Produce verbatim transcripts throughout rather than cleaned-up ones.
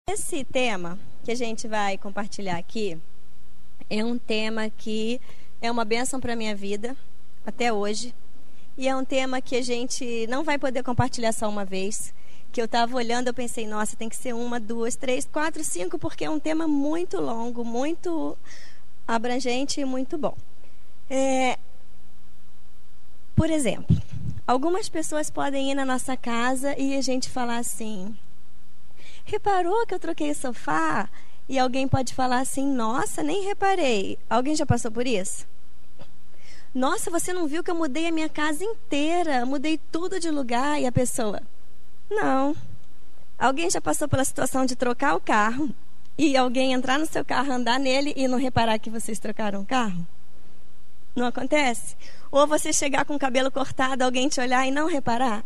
Esse tema que a gente vai compartilhar aqui é um tema que é uma bênção para a minha vida até hoje. E é um tema que a gente não vai poder compartilhar só uma vez. Que eu estava olhando, eu pensei, nossa, tem que ser uma, duas, três, quatro, cinco, porque é um tema muito longo, muito abrangente e muito bom. É... Por exemplo, algumas pessoas podem ir na nossa casa e a gente falar assim... Reparou que eu troquei o sofá? E alguém pode falar assim, nossa, nem reparei. Alguém já passou por isso? Nossa, você não viu que eu mudei a minha casa inteira? Mudei tudo de lugar. E a pessoa? Não. Alguém já passou pela situação de trocar o carro e alguém entrar no seu carro, andar nele e não reparar que vocês trocaram o carro? Não acontece? Ou você chegar com o cabelo cortado, alguém te olhar e não reparar?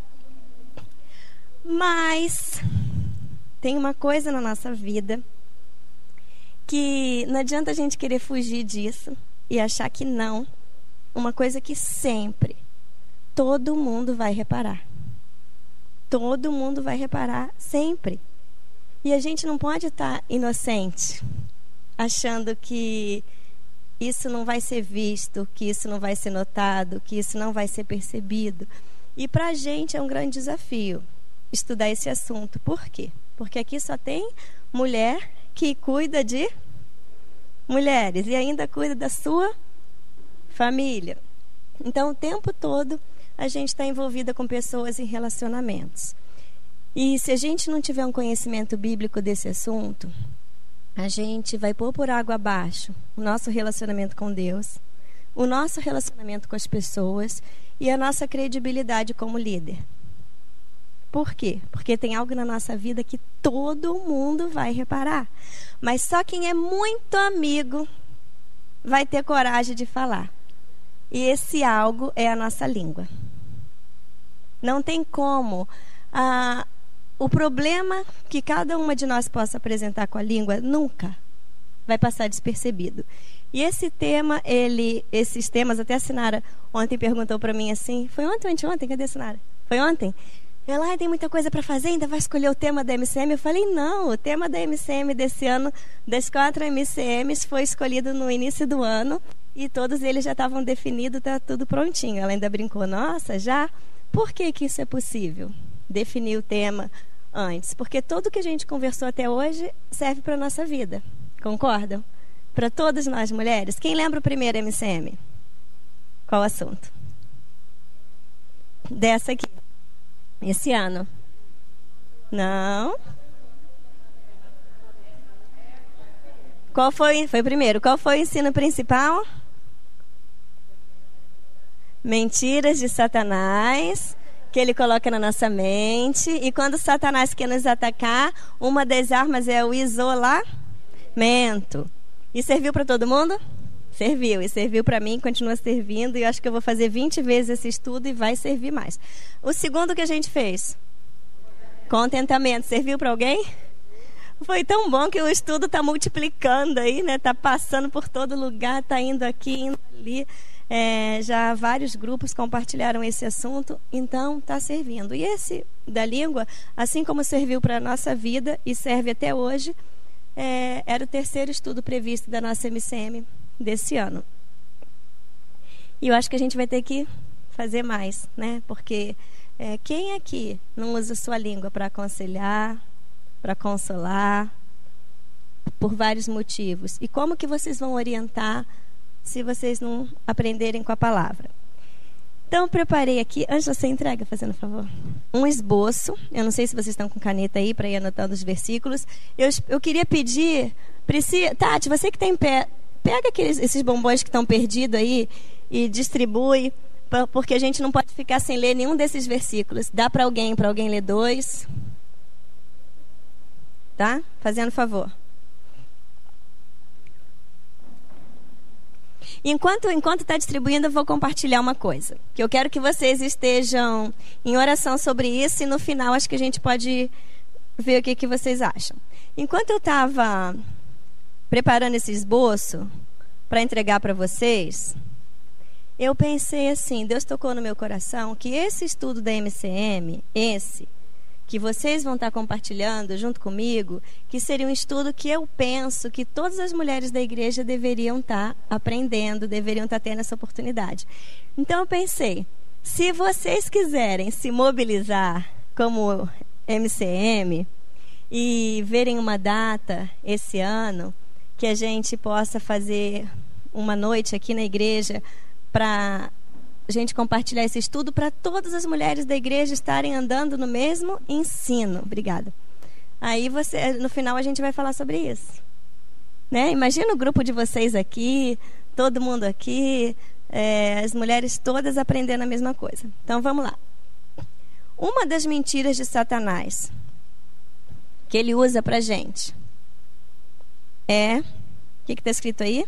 Mas... tem uma coisa na nossa vida que não adianta a gente querer fugir disso e achar que não. Uma coisa que sempre todo mundo vai reparar. Todo mundo vai reparar sempre. E a gente não pode estar inocente, achando que isso não vai ser visto, que isso não vai ser notado, que isso não vai ser percebido. E para a gente é um grande desafio estudar esse assunto. Por quê? Porque aqui só tem mulher que cuida de mulheres e ainda cuida da sua família. Então, o tempo todo, a gente está envolvida com pessoas em relacionamentos. E se a gente não tiver um conhecimento bíblico desse assunto, a gente vai pôr por água abaixo o nosso relacionamento com Deus, o nosso relacionamento com as pessoas e a nossa credibilidade como líder. Por quê? Porque tem algo na nossa vida que todo mundo vai reparar. Mas só quem é muito amigo vai ter coragem de falar. E esse algo é a nossa língua. Não tem como. Ah, o problema que cada uma de nós possa apresentar com a língua nunca vai passar despercebido. E esse tema, ele, esses temas, até a Sinara ontem perguntou para mim assim, foi ontem ou anteontem? Cadê a Sinara? Foi ontem? Ela, ah, tem muita coisa para fazer, ainda vai escolher o tema da M C M? Eu falei, não, o tema da M C M desse ano, das quatro M C Ms, foi escolhido no início do ano e todos eles já estavam definidos, está tudo prontinho. Ela ainda brincou, nossa, já? Por que que isso é possível? Definir o tema antes. Porque tudo que a gente conversou até hoje serve para a nossa vida, concordam? Para todas nós mulheres. Quem lembra o primeiro M C M? Qual o assunto? Dessa aqui. Esse ano. Não. Qual foi? Foi o primeiro. Qual foi o ensino principal? Mentiras de Satanás, que ele coloca na nossa mente. E quando Satanás quer nos atacar, uma das armas é o isolamento. E serviu para todo mundo? Serviu, e serviu para mim, continua servindo, e eu acho que eu vou fazer vinte vezes esse estudo e vai servir mais. O segundo que a gente fez, contentamento, serviu para alguém? Foi tão bom que o estudo está multiplicando aí, né? Está passando por todo lugar, está indo aqui, indo ali. É, já vários grupos compartilharam esse assunto, então está servindo. E esse da língua, assim como serviu para a nossa vida e serve até hoje, é, era o terceiro estudo previsto da nossa M C M desse ano. E eu acho que a gente vai ter que fazer mais, né? Porque é, quem aqui não usa sua língua para aconselhar, para consolar, por vários motivos? E como que vocês vão orientar se vocês não aprenderem com a palavra? Então, eu preparei aqui, Ângela, você entrega, fazendo favor, um esboço. Eu não sei se vocês estão com caneta aí para ir anotando os versículos. Eu, eu queria pedir, Priscila, Tati, você que está em pé, pega aqueles, esses bombons que estão perdidos aí e distribui, porque a gente não pode ficar sem ler nenhum desses versículos. Dá para alguém, para alguém ler dois. Tá? Fazendo favor. Enquanto enquanto está distribuindo, eu vou compartilhar uma coisa. Que eu quero que vocês estejam em oração sobre isso e no final acho que a gente pode ver o que, que vocês acham. Enquanto eu estava preparando esse esboço para entregar para vocês, eu pensei assim, Deus tocou no meu coração que esse estudo da M C M, esse, que vocês vão estar compartilhando junto comigo, que seria um estudo que eu penso que todas as mulheres da igreja deveriam estar aprendendo, deveriam estar tendo essa oportunidade. Então eu pensei, se vocês quiserem se mobilizar como M C M e verem uma data esse ano, que a gente possa fazer uma noite aqui na igreja para a gente compartilhar esse estudo para todas as mulheres da igreja estarem andando no mesmo ensino. Obrigada. Aí você, no final a gente vai falar sobre isso. Né? Imagina o grupo de vocês aqui, todo mundo aqui, é, as mulheres todas aprendendo a mesma coisa. Então vamos lá. Uma das mentiras de Satanás que ele usa para a gente é... O que está escrito aí?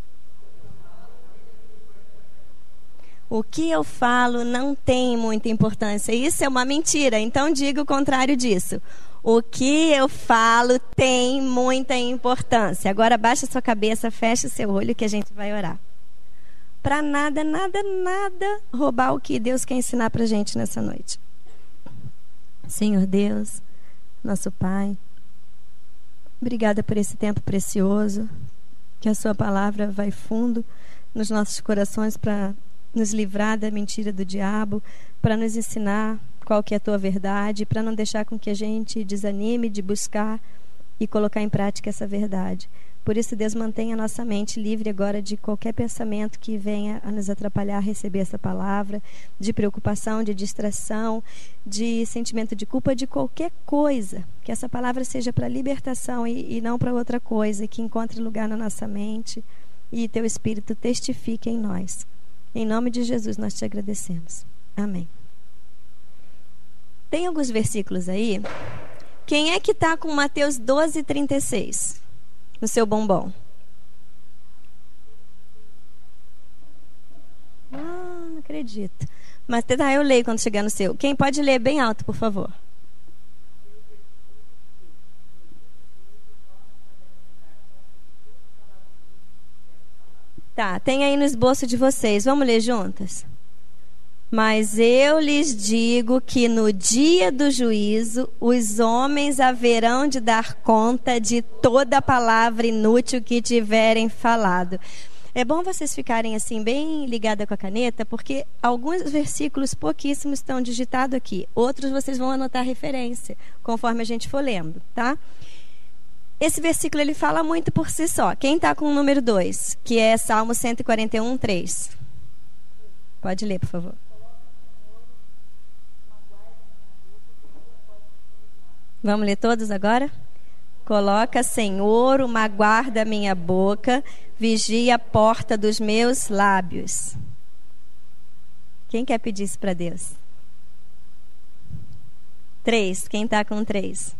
O que eu falo não tem muita importância. Isso é uma mentira, então diga o contrário disso. O que eu falo tem muita importância. Agora baixa sua cabeça, fecha o seu olho que a gente vai orar. Para nada, nada, nada roubar o que Deus quer ensinar para a gente nessa noite. Senhor Deus, nosso Pai, obrigada por esse tempo precioso, que a sua palavra vai fundo nos nossos corações para nos livrar da mentira do diabo, para nos ensinar qual que é a tua verdade, para não deixar com que a gente desanime de buscar e colocar em prática essa verdade. Por isso, Deus, mantenha a nossa mente livre agora de qualquer pensamento que venha a nos atrapalhar a receber essa palavra, de preocupação, de distração, de sentimento de culpa, de qualquer coisa. Que essa palavra seja para libertação e, e não para outra coisa, que encontre lugar na nossa mente e teu Espírito testifique em nós. Em nome de Jesus, nós te agradecemos. Amém. Tem alguns versículos aí. Quem é que está com Mateus doze, trinta e seis no seu bombom? Ah, não acredito. Mas tá, eu leio quando chegar no seu. Quem pode ler bem alto, por favor? Tá, tem aí no esboço de vocês. Vamos ler juntas? Mas eu lhes digo que no dia do juízo os homens haverão de dar conta de toda palavra inútil que tiverem falado. É bom vocês ficarem assim bem ligados com a caneta, porque alguns versículos pouquíssimos estão digitados aqui. Outros vocês vão anotar referência, conforme a gente for lendo, tá? Esse versículo ele fala muito por si só. Quem está com o número dois, que é Salmo cento e quarenta e um, três? Pode ler, por favor. Vamos ler todos agora? Coloca, Senhor, uma guarda à minha boca, vigia a porta dos meus lábios. Quem quer pedir isso para Deus? Três, quem está com três?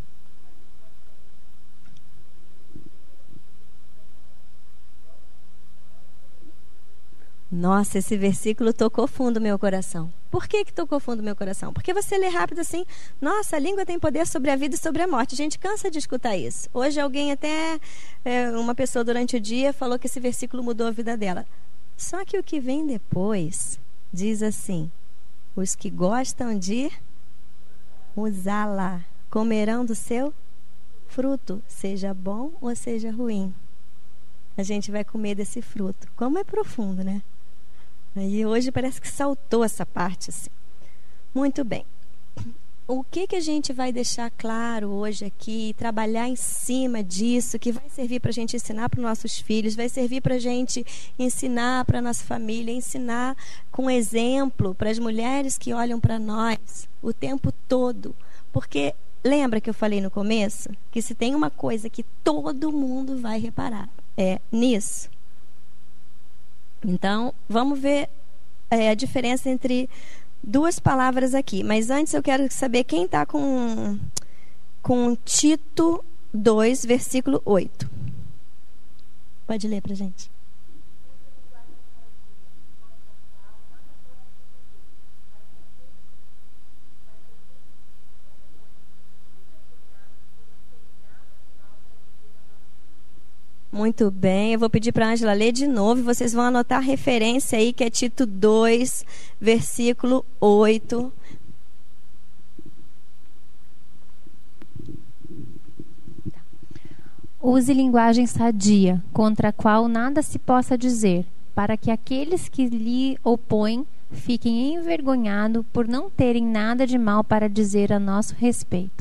Nossa, esse versículo tocou fundo meu coração. Por que que tocou fundo meu coração? Porque você lê rápido assim, nossa, a língua tem poder sobre a vida e sobre a morte. A gente cansa de escutar isso. Hoje alguém até, é, uma pessoa durante o dia falou que esse versículo mudou a vida dela. Só que o que vem depois diz assim, os que gostam de usá-la comerão do seu fruto, seja bom ou seja ruim. A gente vai comer desse fruto. Como é profundo, né? E hoje parece que saltou essa parte assim. Muito bem. O que que a gente vai deixar claro hoje aqui, trabalhar em cima disso, que vai servir para a gente ensinar para os nossos filhos, vai servir para a gente ensinar para a nossa família, ensinar com exemplo para as mulheres que olham para nós o tempo todo. Porque lembra que eu falei no começo que se tem uma coisa que todo mundo vai reparar, é nisso. Então, vamos ver é, a diferença entre duas palavras aqui. Mas antes eu quero saber quem está com, com Tito dois, versículo oito. Pode ler para a gente. Muito bem, eu vou pedir para a Ângela ler de novo e vocês vão anotar a referência aí, que é Tito dois, versículo oito. use linguagem sadia, contra a qual nada se possa dizer, para que aqueles que lhe opõem fiquem envergonhados por não terem nada de mal para dizer a nosso respeito.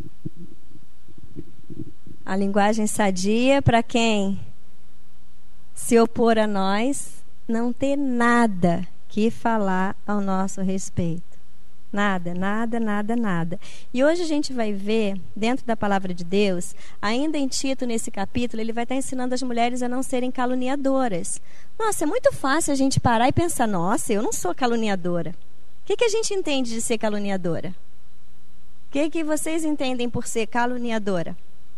A linguagem sadia para quem se opor a nós não ter nada que falar ao nosso respeito. Nada, nada, nada, nada. E hoje a gente vai ver, dentro da palavra de Deus, ainda em Tito, nesse capítulo, ele vai estar ensinando as mulheres a não serem caluniadoras. Nossa, é muito fácil a gente parar e pensar, nossa, eu não sou caluniadora. O que, que a gente entende de ser caluniadora? O que, que vocês entendem por ser caluniadora?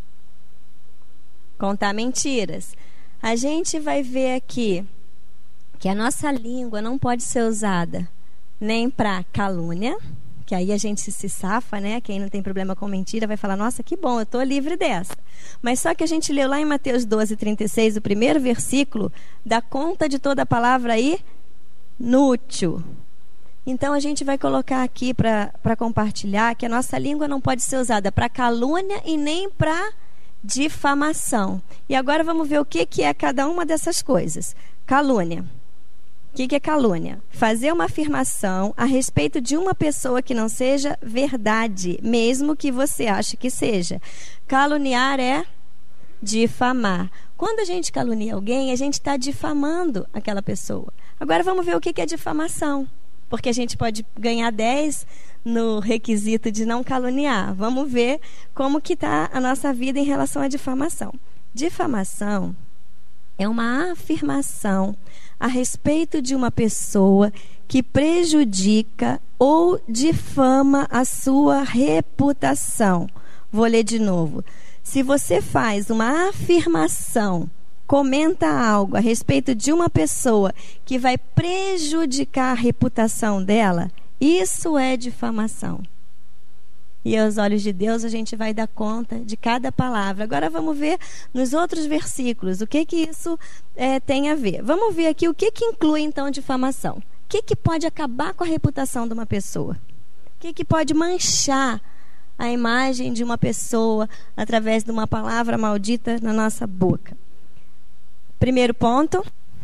Contar mentiras. A gente vai ver aqui que a nossa língua não pode ser usada nem para calúnia, que aí a gente se safa, né? Quem não tem problema com mentira vai falar, nossa, que bom, eu estou livre dessa. Mas só que a gente leu lá em Mateus doze, trinta e seis, o primeiro versículo, dá conta de toda a palavra aí, inútil. Então a gente vai colocar aqui para compartilhar que a nossa língua não pode ser usada para calúnia e nem para difamação. E agora vamos ver o que, que é cada uma dessas coisas. Calúnia. O que, que é calúnia? Fazer uma afirmação a respeito de uma pessoa que não seja verdade, mesmo que você ache que seja. Caluniar é difamar. Quando a gente calunia alguém, a gente está difamando aquela pessoa. Agora vamos ver o que, que é difamação. Porque a gente pode ganhar dez no requisito de não caluniar. Vamos ver como que está a nossa vida em relação à difamação. Difamação é uma afirmação a respeito de uma pessoa que prejudica ou difama a sua reputação. Vou ler de novo. Se você faz uma afirmação, comenta algo a respeito de uma pessoa que vai prejudicar a reputação dela, isso é difamação. E aos olhos de Deus a gente vai dar conta de cada palavra. Agora vamos ver nos outros versículos o que que isso é, tem a ver. Vamos ver aqui o que que inclui então difamação. O que que pode acabar com a reputação de uma pessoa? O que que pode manchar a imagem de uma pessoa através de uma palavra maldita na nossa boca? Primeiro ponto,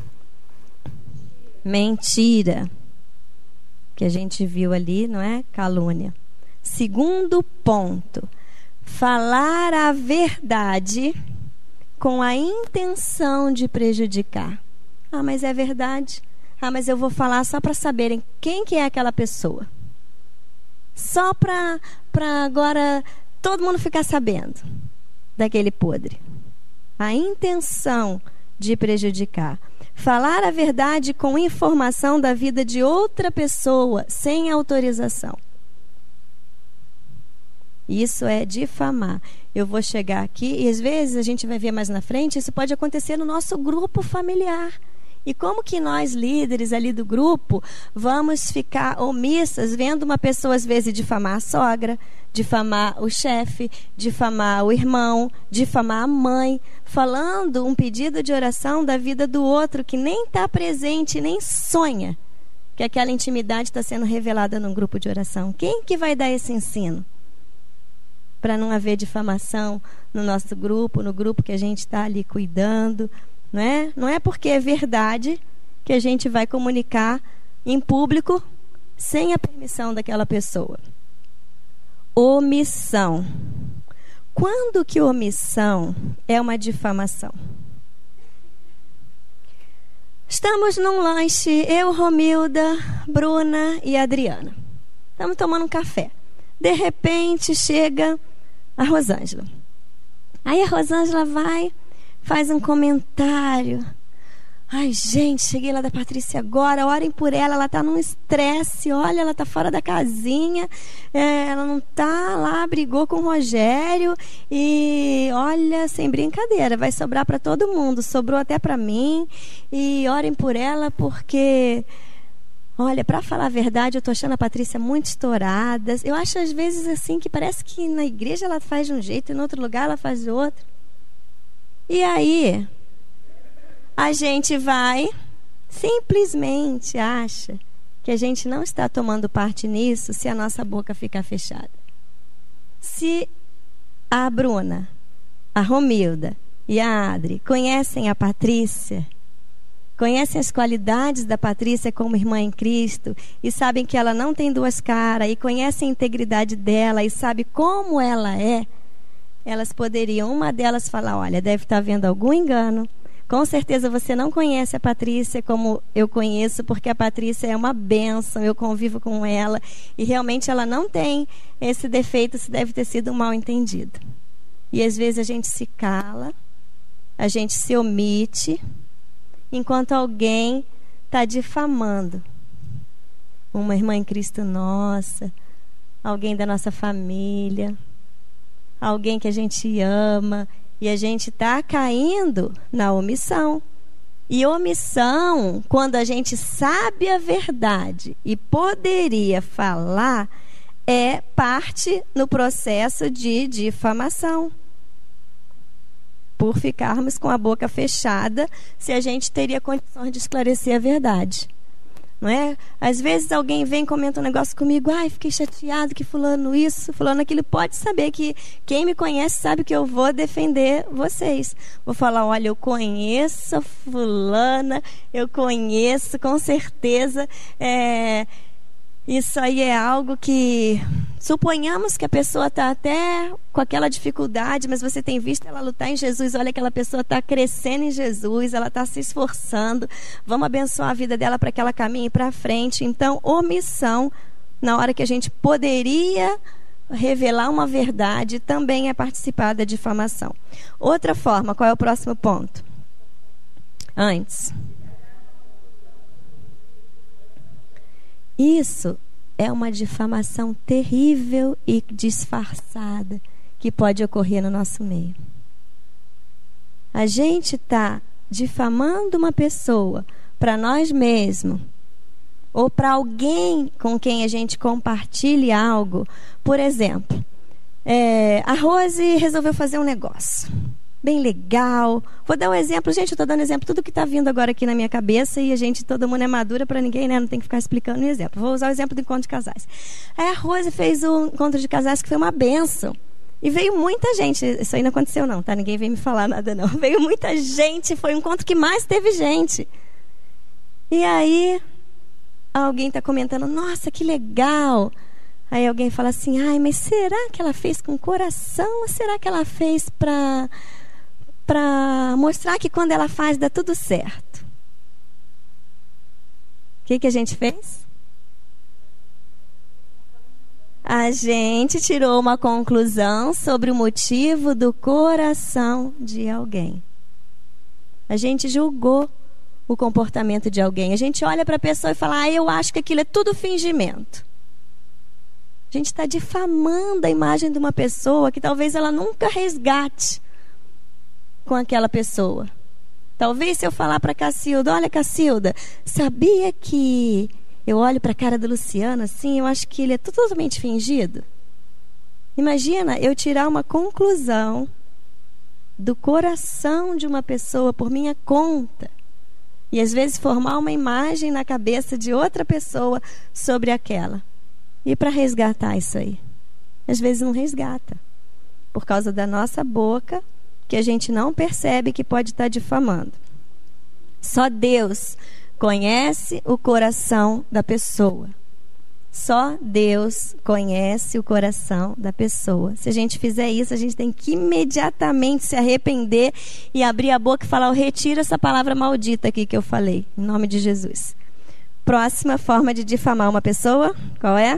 mentira. Que a gente viu ali, não é? Calúnia. Segundo ponto, falar a verdade com a intenção de prejudicar. Ah, mas é verdade. Ah, mas eu vou falar só para saberem quem que é aquela pessoa. Só para para agora todo mundo ficar sabendo daquele podre. A intenção de prejudicar. Falar a verdade com informação da vida de outra pessoa sem autorização. Isso é difamar. Eu vou chegar aqui e às vezes a gente vai ver mais na frente, isso pode acontecer no nosso grupo familiar. E como que nós, líderes ali do grupo, vamos ficar omissas vendo uma pessoa às vezes difamar a sogra, difamar o chefe, difamar o irmão, difamar a mãe, falando um pedido de oração da vida do outro que nem está presente, nem sonha que aquela intimidade está sendo revelada num grupo de oração. Quem que vai dar esse ensino? Para não haver difamação no nosso grupo, no grupo que a gente está ali cuidando, não é? Não é porque é verdade que a gente vai comunicar em público sem a permissão daquela pessoa. Omissão. Quando que omissão é uma difamação? Estamos num lanche, eu, Romilda, Bruna e Adriana. Estamos tomando um café. De repente chega a Rosângela. Aí a Rosângela vai, faz um comentário. Ai, gente, cheguei lá da Patrícia agora, orem por ela, ela está num estresse, olha, ela está fora da casinha, é, ela não está lá, brigou com o Rogério e, olha, sem brincadeira, vai sobrar para todo mundo, sobrou até para mim, e orem por ela porque... Olha, para falar a verdade, eu estou achando a Patrícia muito estourada. Eu acho às vezes assim que parece que na igreja ela faz de um jeito e no outro lugar ela faz de outro. E aí, a gente vai, simplesmente acha que a gente não está tomando parte nisso se a nossa boca ficar fechada. Se a Bruna, a Romilda e a Adri conhecem a Patrícia, conhecem as qualidades da Patrícia como irmã em Cristo e sabem que ela não tem duas caras e conhecem a integridade dela e sabem como ela é, elas poderiam, uma delas falar, olha, deve estar havendo algum engano, com certeza você não conhece a Patrícia como eu conheço, porque a Patrícia é uma bênção, eu convivo com ela e realmente ela não tem esse defeito, isso deve ter sido um mal entendido. E às vezes a gente se cala, a gente se omite, enquanto alguém está difamando uma irmã em Cristo nossa, alguém da nossa família, alguém que a gente ama, e a gente está caindo na omissão. E omissão, quando a gente sabe a verdade e poderia falar, é parte no processo de difamação. Por ficarmos com a boca fechada, se a gente teria condições de esclarecer a verdade. Não é? Às vezes alguém vem e comenta um negócio comigo, ai, fiquei chateado que fulano isso, fulano aquilo. Pode saber que quem me conhece sabe que eu vou defender vocês. Vou falar, olha, eu conheço a fulana, eu conheço com certeza, é, isso aí é algo que, suponhamos que a pessoa está até com aquela dificuldade, mas você tem visto ela lutar em Jesus, olha, aquela pessoa está crescendo em Jesus, ela está se esforçando, vamos abençoar a vida dela para que ela caminhe para frente. Então, omissão, na hora que a gente poderia revelar uma verdade, também é participar da difamação. Outra forma, qual é o próximo ponto? Antes. Isso é uma difamação terrível e disfarçada que pode ocorrer no nosso meio. A gente está difamando uma pessoa para nós mesmos ou para alguém com quem a gente compartilhe algo. Por exemplo, é, a Rose resolveu fazer um negócio bem legal. Vou dar um exemplo, gente, eu estou dando exemplo, tudo que está vindo agora aqui na minha cabeça e a gente, todo mundo é madura para ninguém, né? Não tem que ficar explicando um exemplo. Vou usar o exemplo do encontro de casais. Aí a Rose fez um encontro de casais que foi uma bênção. E veio muita gente, isso aí não aconteceu não, tá? Ninguém veio me falar nada não. Veio muita gente, foi o encontro que mais teve gente. E aí, alguém está comentando, nossa, que legal. Aí alguém fala assim, ai, mas será que ela fez com coração ou será que ela fez para... para mostrar que quando ela faz dá tudo certo? O que, que a gente fez? A gente tirou uma conclusão sobre o motivo do coração de alguém. A gente julgou o comportamento de alguém. A gente olha para a pessoa e fala, ah, eu acho que aquilo é tudo fingimento. A gente está difamando a imagem de uma pessoa que talvez ela nunca resgate com aquela pessoa. Talvez se eu falar para Cacilda, olha Cacilda, sabia que eu olho para a cara do Luciano assim, eu acho que ele é totalmente fingido? Imagina eu tirar uma conclusão do coração de uma pessoa por minha conta e às vezes formar uma imagem na cabeça de outra pessoa sobre aquela. E para resgatar isso aí? Às vezes não resgata, por causa da nossa boca, que a gente não percebe que pode estar difamando. Só Deus conhece o coração da pessoa. Só Deus conhece o coração da pessoa. Se a gente fizer isso, a gente tem que imediatamente se arrepender e abrir a boca e falar, eu retiro essa palavra maldita aqui que eu falei, em nome de Jesus. Próxima forma de difamar uma pessoa, qual é?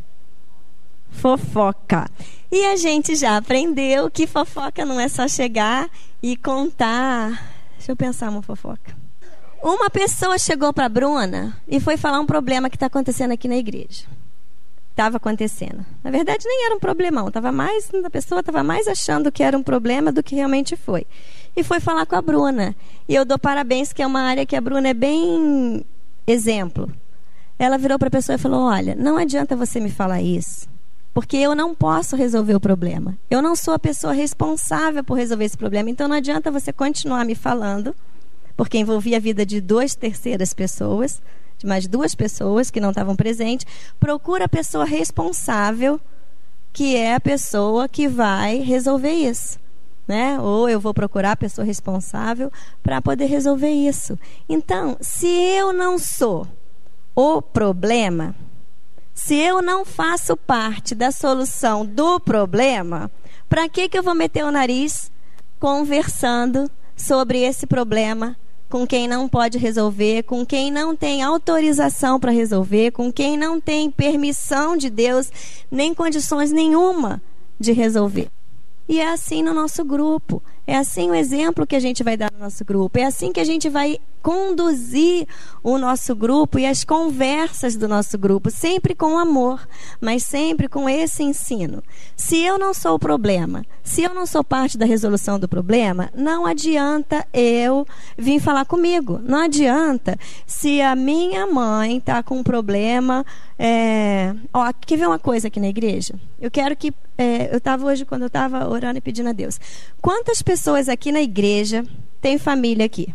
Fofoca. E a gente já aprendeu que fofoca não é só chegar e contar. Deixa eu pensar uma fofoca. Uma pessoa chegou para a Bruna e foi falar um problema que está acontecendo aqui na igreja. Estava acontecendo. Na verdade, nem era um problemão. Tava mais, a pessoa estava mais achando que era um problema do que realmente foi. E foi falar com a Bruna. E eu dou parabéns, que é uma área que a Bruna é bem exemplo. Ela virou para a pessoa e falou, olha, não adianta você me falar isso, porque eu não posso resolver o problema. Eu não sou a pessoa responsável por resolver esse problema. Então não adianta você continuar me falando, porque envolvia a vida de duas terceiras pessoas, de mais duas pessoas que não estavam presentes. Procura a pessoa responsável, que é a pessoa que vai resolver isso. né? Ou eu vou procurar a pessoa responsável para poder resolver isso. Então, se eu não sou o problema, se eu não faço parte da solução do problema, para que que eu vou meter o nariz conversando sobre esse problema com quem não pode resolver, com quem não tem autorização para resolver, com quem não tem permissão de Deus, nem condições nenhuma de resolver? E é assim no nosso grupo. É assim o exemplo que a gente vai dar no nosso grupo. É assim que a gente vai conduzir o nosso grupo e as conversas do nosso grupo. Sempre com amor, mas sempre com esse ensino. Se eu não sou o problema, se eu não sou parte da resolução do problema, não adianta eu vir falar comigo. Não adianta se a minha mãe está com um problema. É... Ó, quer ver uma coisa aqui na igreja? Eu quero que... É, eu estava hoje, quando eu estava orando e pedindo a Deus. Quantas pessoas aqui na igreja têm família aqui?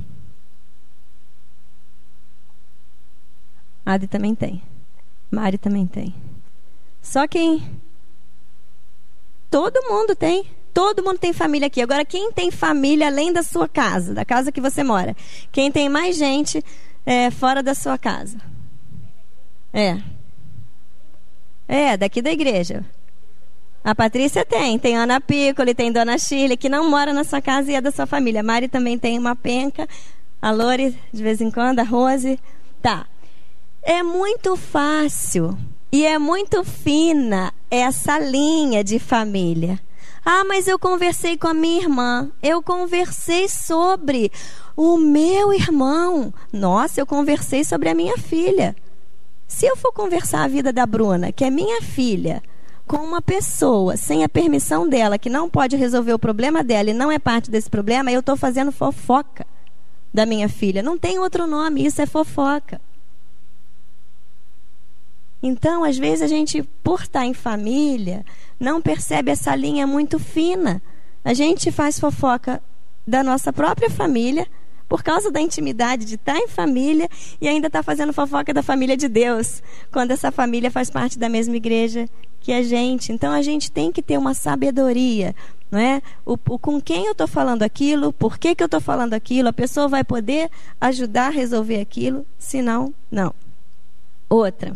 Adi também tem. Mari também tem. Só quem? Todo mundo tem. Todo mundo tem família aqui. Agora, quem tem família além da sua casa, da casa que você mora? Quem tem mais gente é, fora da sua casa? É. É, daqui da igreja. A Patrícia tem, tem Ana Piccoli, tem Dona Shirley, que não mora na sua casa e é da sua família. A Mari também tem uma penca, a Lore de vez em quando, a Rose. Tá. É muito fácil e é muito fina essa linha de família. Ah, mas eu conversei com a minha irmã, eu conversei sobre o meu irmão. Nossa, eu conversei sobre a minha filha. Se eu for conversar a vida da Bruna, que é minha filha, com uma pessoa, sem a permissão dela, que não pode resolver o problema dela e não é parte desse problema, eu estou fazendo fofoca da minha filha. Não tem outro nome, isso é fofoca. Então, às vezes, a gente, por estar em família, não percebe essa linha muito fina. A gente faz fofoca da nossa própria família, por causa da intimidade de estar em família, e ainda está fazendo fofoca da família de Deus, quando essa família faz parte da mesma igreja que a gente. Então a gente tem que ter uma sabedoria, não é? O, o com quem eu estou falando aquilo, por que que eu estou falando aquilo, a pessoa vai poder ajudar a resolver aquilo, senão, não. Outra.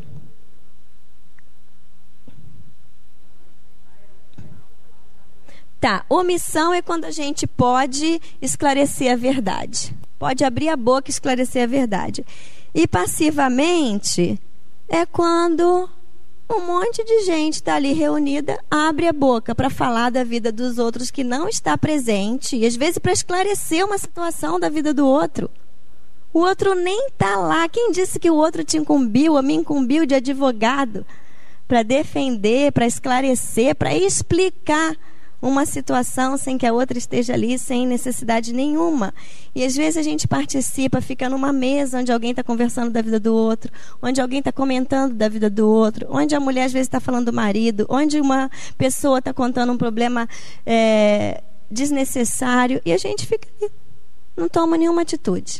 Tá, omissão é quando a gente pode esclarecer a verdade. Pode abrir a boca e esclarecer a verdade. E passivamente é quando um monte de gente está ali reunida, abre a boca para falar da vida dos outros que não está presente, e às vezes para esclarecer uma situação da vida do outro. O outro nem está lá. Quem disse que o outro te incumbiu, ou me incumbiu de advogado para defender, para esclarecer, para explicar uma situação sem que a outra esteja ali, sem necessidade nenhuma. E às vezes a gente participa, fica numa mesa onde alguém está conversando da vida do outro, onde alguém está comentando da vida do outro, onde a mulher às vezes está falando do marido, onde uma pessoa está contando um problema é, desnecessário, e a gente fica ali, não toma nenhuma atitude.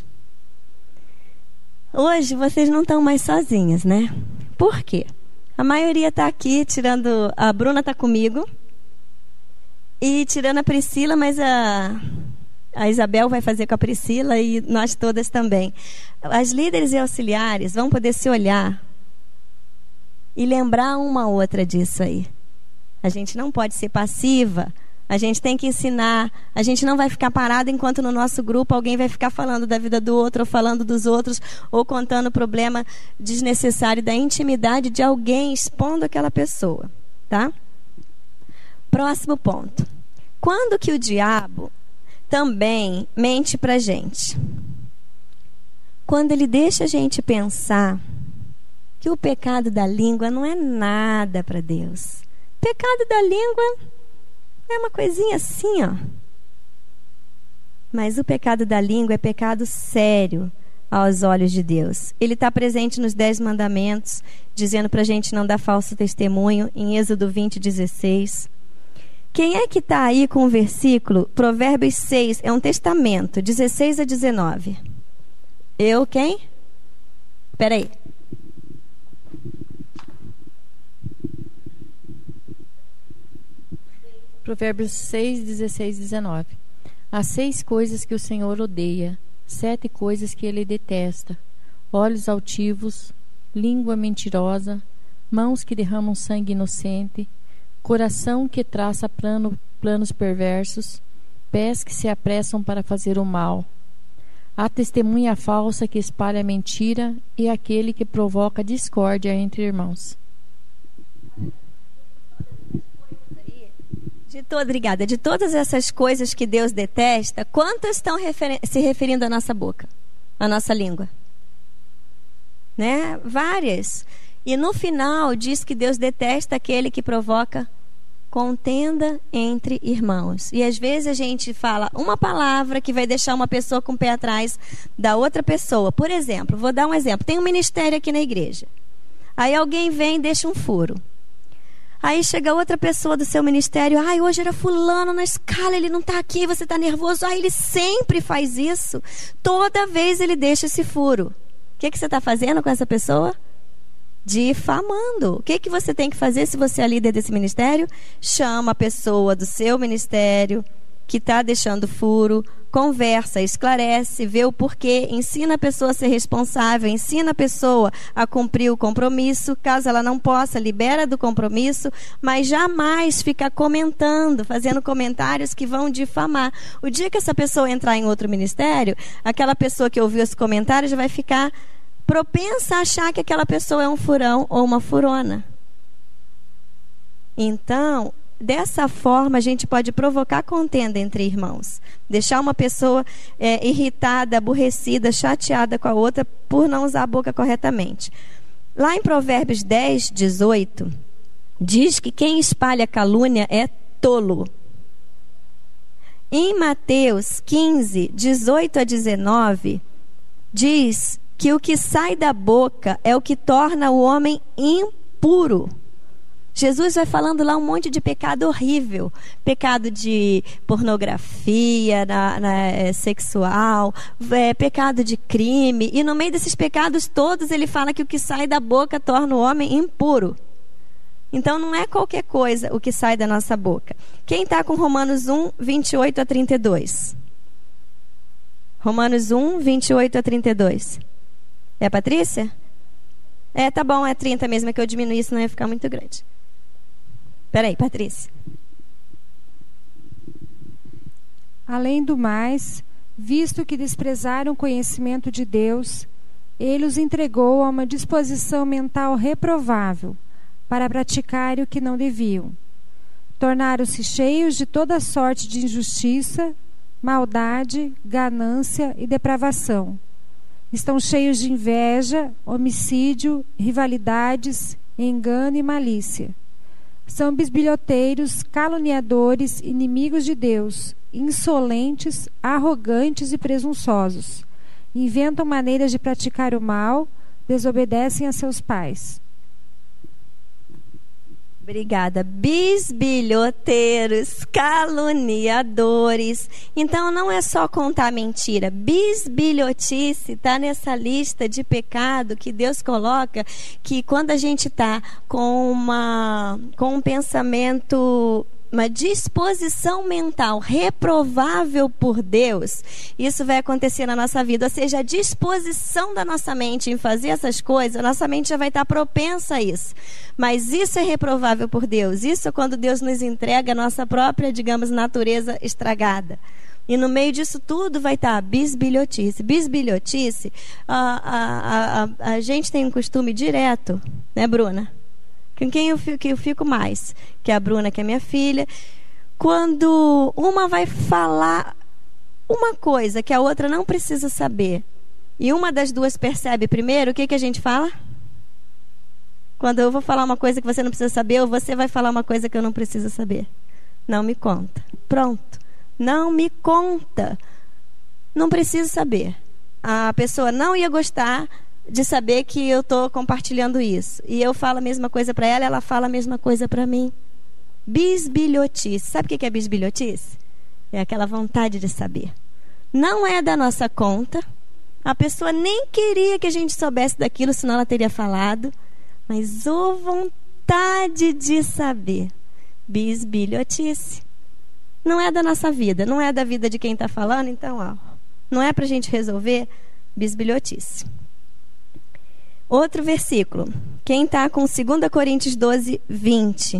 Hoje vocês não estão mais sozinhas, né? Por quê? A maioria está aqui, tirando... A Bruna está comigo, e tirando a Priscila, mas a, a Isabel vai fazer com a Priscila e nós todas também. As líderes e auxiliares vão poder se olhar e lembrar uma outra disso aí. A gente não pode ser passiva, a gente tem que ensinar, a gente não vai ficar parado enquanto no nosso grupo alguém vai ficar falando da vida do outro, ou falando dos outros, ou contando o problema desnecessário da intimidade de alguém, expondo aquela pessoa, tá? Próximo ponto. Quando que o diabo também mente pra gente? Quando ele deixa a gente pensar que o pecado da língua não é nada para Deus. Pecado da língua é uma coisinha assim, ó. Mas o pecado da língua é pecado sério aos olhos de Deus. Ele está presente nos Dez Mandamentos, dizendo para a gente não dar falso testemunho, em Êxodo vinte, dezesseis. Quem é que está aí com o versículo? Provérbios seis, é um testamento, dezesseis a dezenove. Eu quem? Espera aí. Provérbios seis, dezesseis e dezenove. Há seis coisas que o Senhor odeia, sete coisas que ele detesta: olhos altivos, língua mentirosa, mãos que derramam sangue inocente, coração que traça plano, planos perversos, pés que se apressam para fazer o mal. A testemunha falsa que espalha mentira e aquele que provoca discórdia entre irmãos. De todo, obrigada. De todas essas coisas que Deus detesta, quantas estão refer- se referindo à nossa boca, à nossa língua? Né? Várias. E no final diz que Deus detesta aquele que provoca contenda entre irmãos. E às vezes a gente fala uma palavra que vai deixar uma pessoa com o pé atrás da outra pessoa. Por exemplo, vou dar um exemplo. Tem um ministério aqui na igreja. Aí alguém vem e deixa um furo. Aí chega outra pessoa do seu ministério. Ai, hoje era fulano na escala, ele não está aqui, você está nervoso. Ai, ele sempre faz isso. Toda vez ele deixa esse furo. O que, que você está fazendo com essa pessoa? Difamando. O que, que você tem que fazer se você é líder desse ministério? Chama a pessoa do seu ministério que está deixando furo, conversa, esclarece, vê o porquê, ensina a pessoa a ser responsável, ensina a pessoa a cumprir o compromisso. Caso ela não possa, libera do compromisso, mas jamais fica comentando, fazendo comentários que vão difamar. O dia que essa pessoa entrar em outro ministério, aquela pessoa que ouviu esse comentário já vai ficar propensa a achar que aquela pessoa é um furão ou uma furona. Então, dessa forma, a gente pode provocar contenda entre irmãos. Deixar uma pessoa é, irritada, aborrecida, chateada com a outra por não usar a boca corretamente. Lá em Provérbios dez, dezoito, diz que quem espalha calúnia é tolo. Em Mateus quinze, dezoito a dezenove, diz que o que sai da boca é o que torna o homem impuro. Jesus vai falando lá um monte de pecado horrível. Pecado de pornografia, na, na, é, sexual, é, pecado de crime. E no meio desses pecados todos ele fala que o que sai da boca torna o homem impuro. Então não é qualquer coisa o que sai da nossa boca. Quem está com Romanos um, vinte e oito a trinta e dois? Romanos um, vinte e oito a trinta e dois. É a Patrícia? É, tá bom, é trinta mesmo, é que eu diminuí, senão ia ficar muito grande. Peraí, Patrícia. Além do mais, visto que desprezaram o conhecimento de Deus, ele os entregou a uma disposição mental reprovável, para praticarem o que não deviam. Tornaram-se cheios de toda sorte de injustiça, maldade, ganância e depravação. Estão cheios de inveja, homicídio, rivalidades, engano e malícia. São bisbilhoteiros, caluniadores, inimigos de Deus, insolentes, arrogantes e presunçosos. Inventam maneiras de praticar o mal, desobedecem a seus pais. Obrigada. Bisbilhoteiros, caluniadores. Então não é só contar mentira. Bisbilhotice está nessa lista de pecado que Deus coloca, que quando a gente está com uma com um pensamento, uma disposição mental reprovável por Deus, isso vai acontecer na nossa vida. Ou seja, a disposição da nossa mente em fazer essas coisas, a nossa mente já vai estar propensa a isso. Mas isso é reprovável por Deus. Isso é quando Deus nos entrega a nossa própria, digamos, natureza estragada. E no meio disso tudo vai estar bisbilhotice. Bisbilhotice, a, a, a, a gente tem um costume direto, né, Bruna? Com quem eu fico, que eu fico mais? Que é a Bruna, que é minha filha. Quando uma vai falar uma coisa que a outra não precisa saber, e uma das duas percebe primeiro, o que, que a gente fala? Quando eu vou falar uma coisa que você não precisa saber, ou você vai falar uma coisa que eu não preciso saber. Não me conta. Pronto. Não me conta. Não preciso saber. A pessoa não ia gostar de saber que eu estou compartilhando isso. E eu falo a mesma coisa para ela, ela fala a mesma coisa para mim. Bisbilhotice. Sabe o que é bisbilhotice? É aquela vontade de saber. Não é da nossa conta. A pessoa nem queria que a gente soubesse daquilo, senão ela teria falado. Mas ô vontade de saber. Bisbilhotice. não é da nossa vida, não é da vida de quem está falando, então, ó, não é para a gente resolver bisbilhotice. Outro versículo. Quem está com dois Coríntios doze, vinte.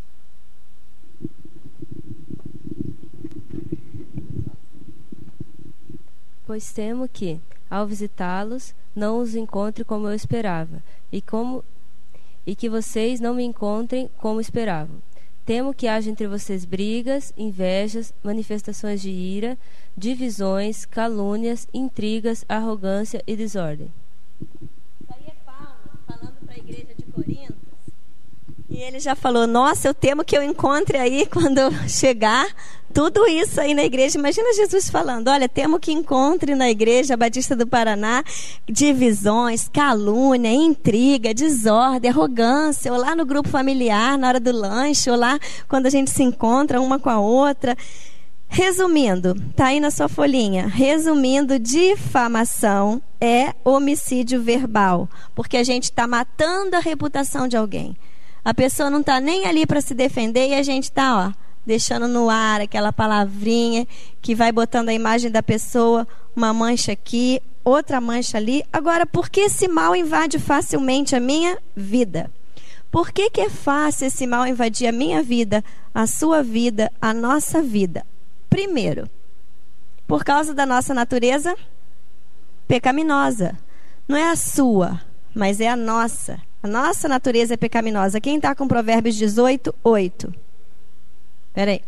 Pois temo que, ao visitá-los, não os encontre como eu esperava, e, como, e que vocês não me encontrem como esperavam. Temo que haja entre vocês brigas, invejas, manifestações de ira, divisões, calúnias, intrigas, arrogância e desordem. Isso aí é Paulo falando para a igreja de Corinto. E ele já falou, nossa, eu temo que eu encontre aí, quando eu chegar, tudo isso aí na igreja. Imagina Jesus falando, olha, temo que encontre na igreja Batista do Paraná divisões, calúnia, intriga, desordem, arrogância, ou lá no grupo familiar, na hora do lanche, ou lá quando a gente se encontra uma com a outra. Resumindo, tá aí na sua folhinha, resumindo, difamação é homicídio verbal, porque a gente está matando a reputação de alguém. A pessoa não está nem ali para se defender e a gente está, ó, deixando no ar aquela palavrinha que vai botando a imagem da pessoa, uma mancha aqui, outra mancha ali. Agora, por que esse mal invade facilmente a minha vida? Por que que é fácil esse mal invadir a minha vida, a sua vida, a nossa vida? Primeiro, por causa da nossa natureza pecaminosa. Não é a sua, mas é a nossa. A nossa natureza é pecaminosa. Quem está com Provérbios dezoito, oito? Espera aí.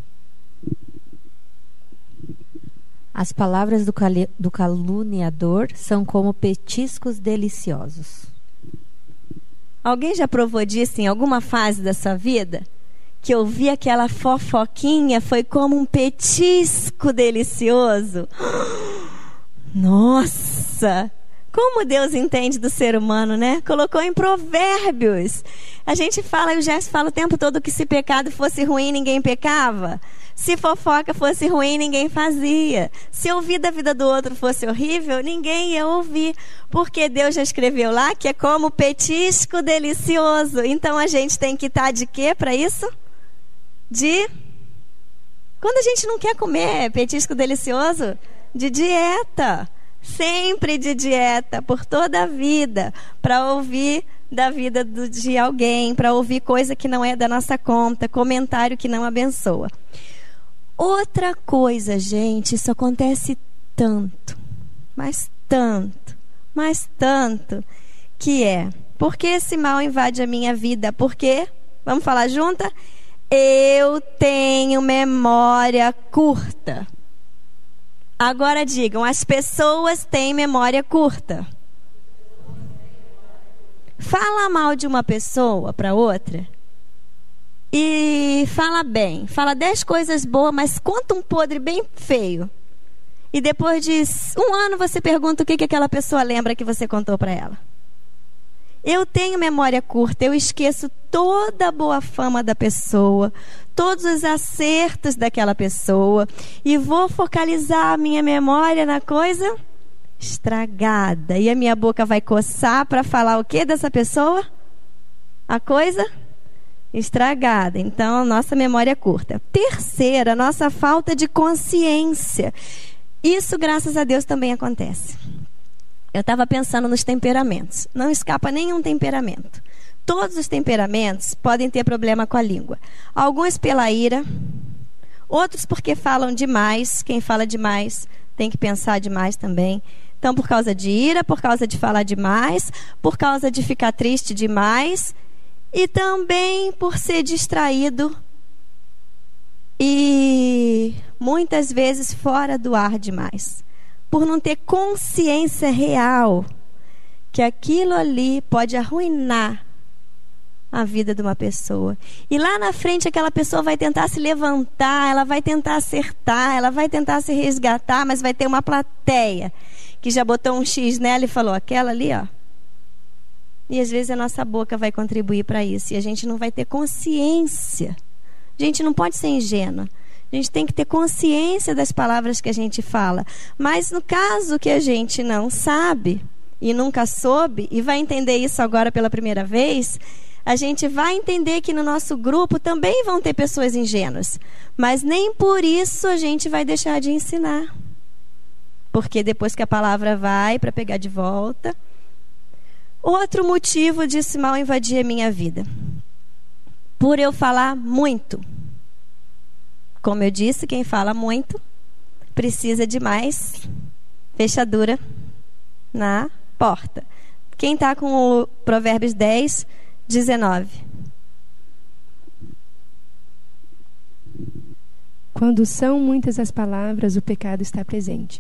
As palavras do, cali- do caluniador são como petiscos deliciosos. Alguém já provou disso em alguma fase da sua vida? Que ouvir aquela fofoquinha foi como um petisco delicioso? Nossa! Como Deus entende do ser humano, né? Colocou em Provérbios. A gente fala, e o Gerson fala o tempo todo que se pecado fosse ruim, ninguém pecava. Se fofoca fosse ruim, ninguém fazia. Se ouvir da vida do outro fosse horrível, ninguém ia ouvir. Porque Deus já escreveu lá que é como petisco delicioso. Então a gente tem que estar de quê para isso? De... Quando a gente não quer comer petisco delicioso? De dieta. Sempre de dieta, por toda a vida, para ouvir da vida do, de alguém, para ouvir coisa que não é da nossa conta, comentário que não abençoa. Outra coisa, gente, isso acontece tanto, mas tanto, mas tanto, que é, por que esse mal invade a minha vida? Porque, vamos falar junta? Eu tenho memória curta. Agora digam, as pessoas têm memória curta. Fala mal de uma pessoa para outra e fala bem. Fala dez coisas boas, mas conta um podre bem feio. E depois de um ano você pergunta o que, que aquela pessoa lembra que você contou para ela. Eu tenho memória curta, eu esqueço toda a boa fama da pessoa, todos os acertos daquela pessoa e vou focalizar a minha memória na coisa estragada. E a minha boca vai coçar para falar o que dessa pessoa? A coisa estragada. Então, nossa memória é curta. Terceira, nossa falta de consciência. Isso, graças a Deus, também acontece. Eu estava pensando nos temperamentos. Não escapa nenhum temperamento. Todos os temperamentos podem ter problema com a língua. Alguns pela ira, outros porque falam demais. Quem fala demais tem que pensar demais também. Então, por causa de ira, por causa de falar demais, por causa de ficar triste demais e também por ser distraído e muitas vezes fora do ar demais. Por não ter consciência real que aquilo ali pode arruinar a vida de uma pessoa. E lá na frente aquela pessoa vai tentar se levantar, ela vai tentar acertar, ela vai tentar se resgatar, mas vai ter uma plateia que já botou um X nela e falou, aquela ali, ó. E às vezes a nossa boca vai contribuir para isso. E a gente não vai ter consciência. A gente não pode ser ingênua. A gente tem que ter consciência das palavras que a gente fala. Mas no caso que a gente não sabe e nunca soube, e vai entender isso agora pela primeira vez, a gente vai entender que no nosso grupo também vão ter pessoas ingênuas. Mas nem por isso a gente vai deixar de ensinar. Porque depois que a palavra vai para pegar de volta. Outro motivo de esse mal invadir a minha vida. Por eu falar muito. Como eu disse, quem fala muito precisa de mais fechadura na porta. Quem está com o Provérbios dez, dezenove? Quando são muitas as palavras, o pecado está presente.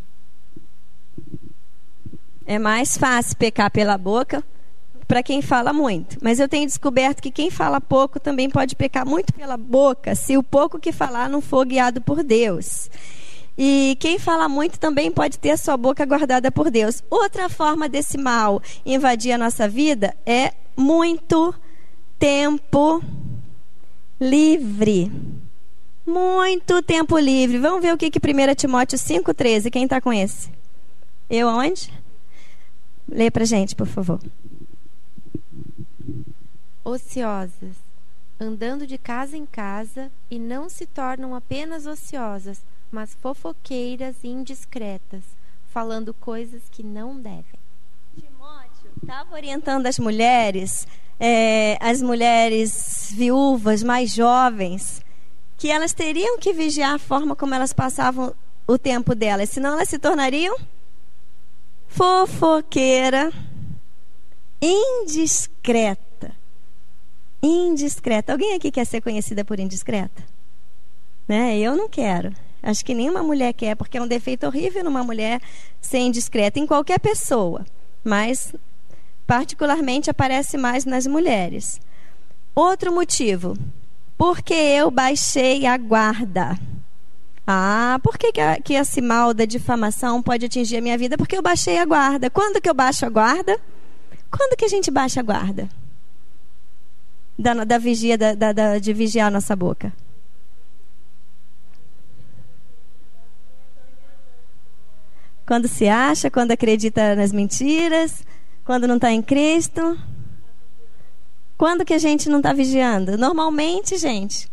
É mais fácil pecar pela boca para quem fala muito. Mas eu tenho descoberto que quem fala pouco também pode pecar muito pela boca, se o pouco que falar não for guiado por Deus. E quem fala muito também pode ter a sua boca guardada por Deus. Outra forma desse mal invadir a nossa vida é muito tempo livre. Muito tempo livre. Vamos ver o que que primeiro Timóteo cinco, treze. Quem está com esse? Eu aonde? Lê pra gente, por favor. Ociosas, andando de casa em casa, e não se tornam apenas ociosas, mas fofoqueiras e indiscretas, falando coisas que não devem. Timóteo estava orientando as mulheres, é, as mulheres viúvas mais jovens, que elas teriam que vigiar a forma como elas passavam o tempo delas, senão elas se tornariam fofoqueira, indiscreta. Indiscreta. Alguém aqui quer ser conhecida por indiscreta? Né? Eu não quero. Acho que nenhuma mulher quer, porque é um defeito horrível numa mulher ser indiscreta, em qualquer pessoa. Mas, particularmente, aparece mais nas mulheres. Outro motivo. Porque eu baixei a guarda. Ah, por que, que, a, que esse mal da difamação pode atingir a minha vida? Porque eu baixei a guarda. Quando que eu baixo a guarda? Quando que a gente baixa a guarda? Da, da vigia, da, da, da, de vigiar a nossa boca. Quando se acha, quando acredita nas mentiras, quando não está em Cristo. Quando que a gente não está vigiando? Normalmente, gente.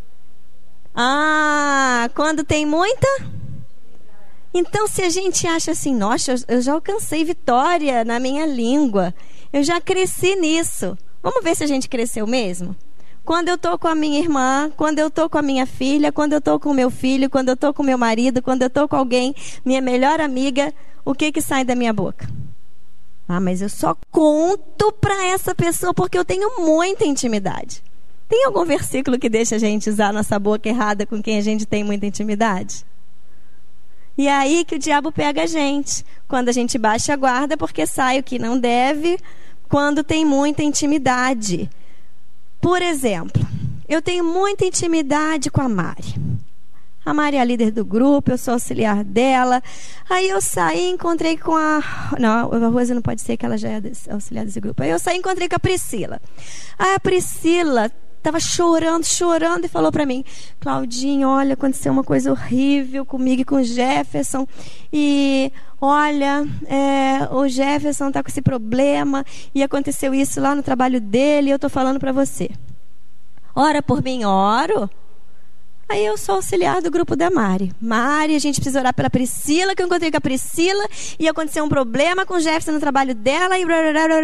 Ah, quando tem muita? Então, se a gente acha assim, nossa, eu já alcancei vitória na minha língua, eu já cresci nisso. Vamos ver se a gente cresceu mesmo? Quando eu estou com a minha irmã, quando eu estou com a minha filha, quando eu estou com o meu filho, quando eu estou com o meu marido, quando eu estou com alguém, minha melhor amiga, o que que sai da minha boca? Ah, mas eu só conto para essa pessoa porque eu tenho muita intimidade. Tem algum versículo que deixa a gente usar a nossa boca errada com quem a gente tem muita intimidade? E é aí que o diabo pega a gente. Quando a gente baixa a guarda porque sai o que não deve, quando tem muita intimidade. Por exemplo, eu tenho muita intimidade com a Mari. A Mari é a líder do grupo, eu sou auxiliar dela. Aí eu saí e encontrei com a... Não, a Rosa não pode ser que ela já é auxiliar desse grupo. Aí eu saí e encontrei com a Priscila. Aí a Priscila estava chorando, chorando e falou para mim: Claudinha, olha, aconteceu uma coisa horrível comigo e com o Jefferson. E olha, é, o Jefferson está com esse problema e aconteceu isso lá no trabalho dele e eu estou falando para você. Ora por mim, oro. Aí eu sou auxiliar do grupo da Mari. Mari, a gente precisa orar pela Priscila, que eu encontrei com a Priscila e aconteceu um problema com o Jefferson no trabalho dela e...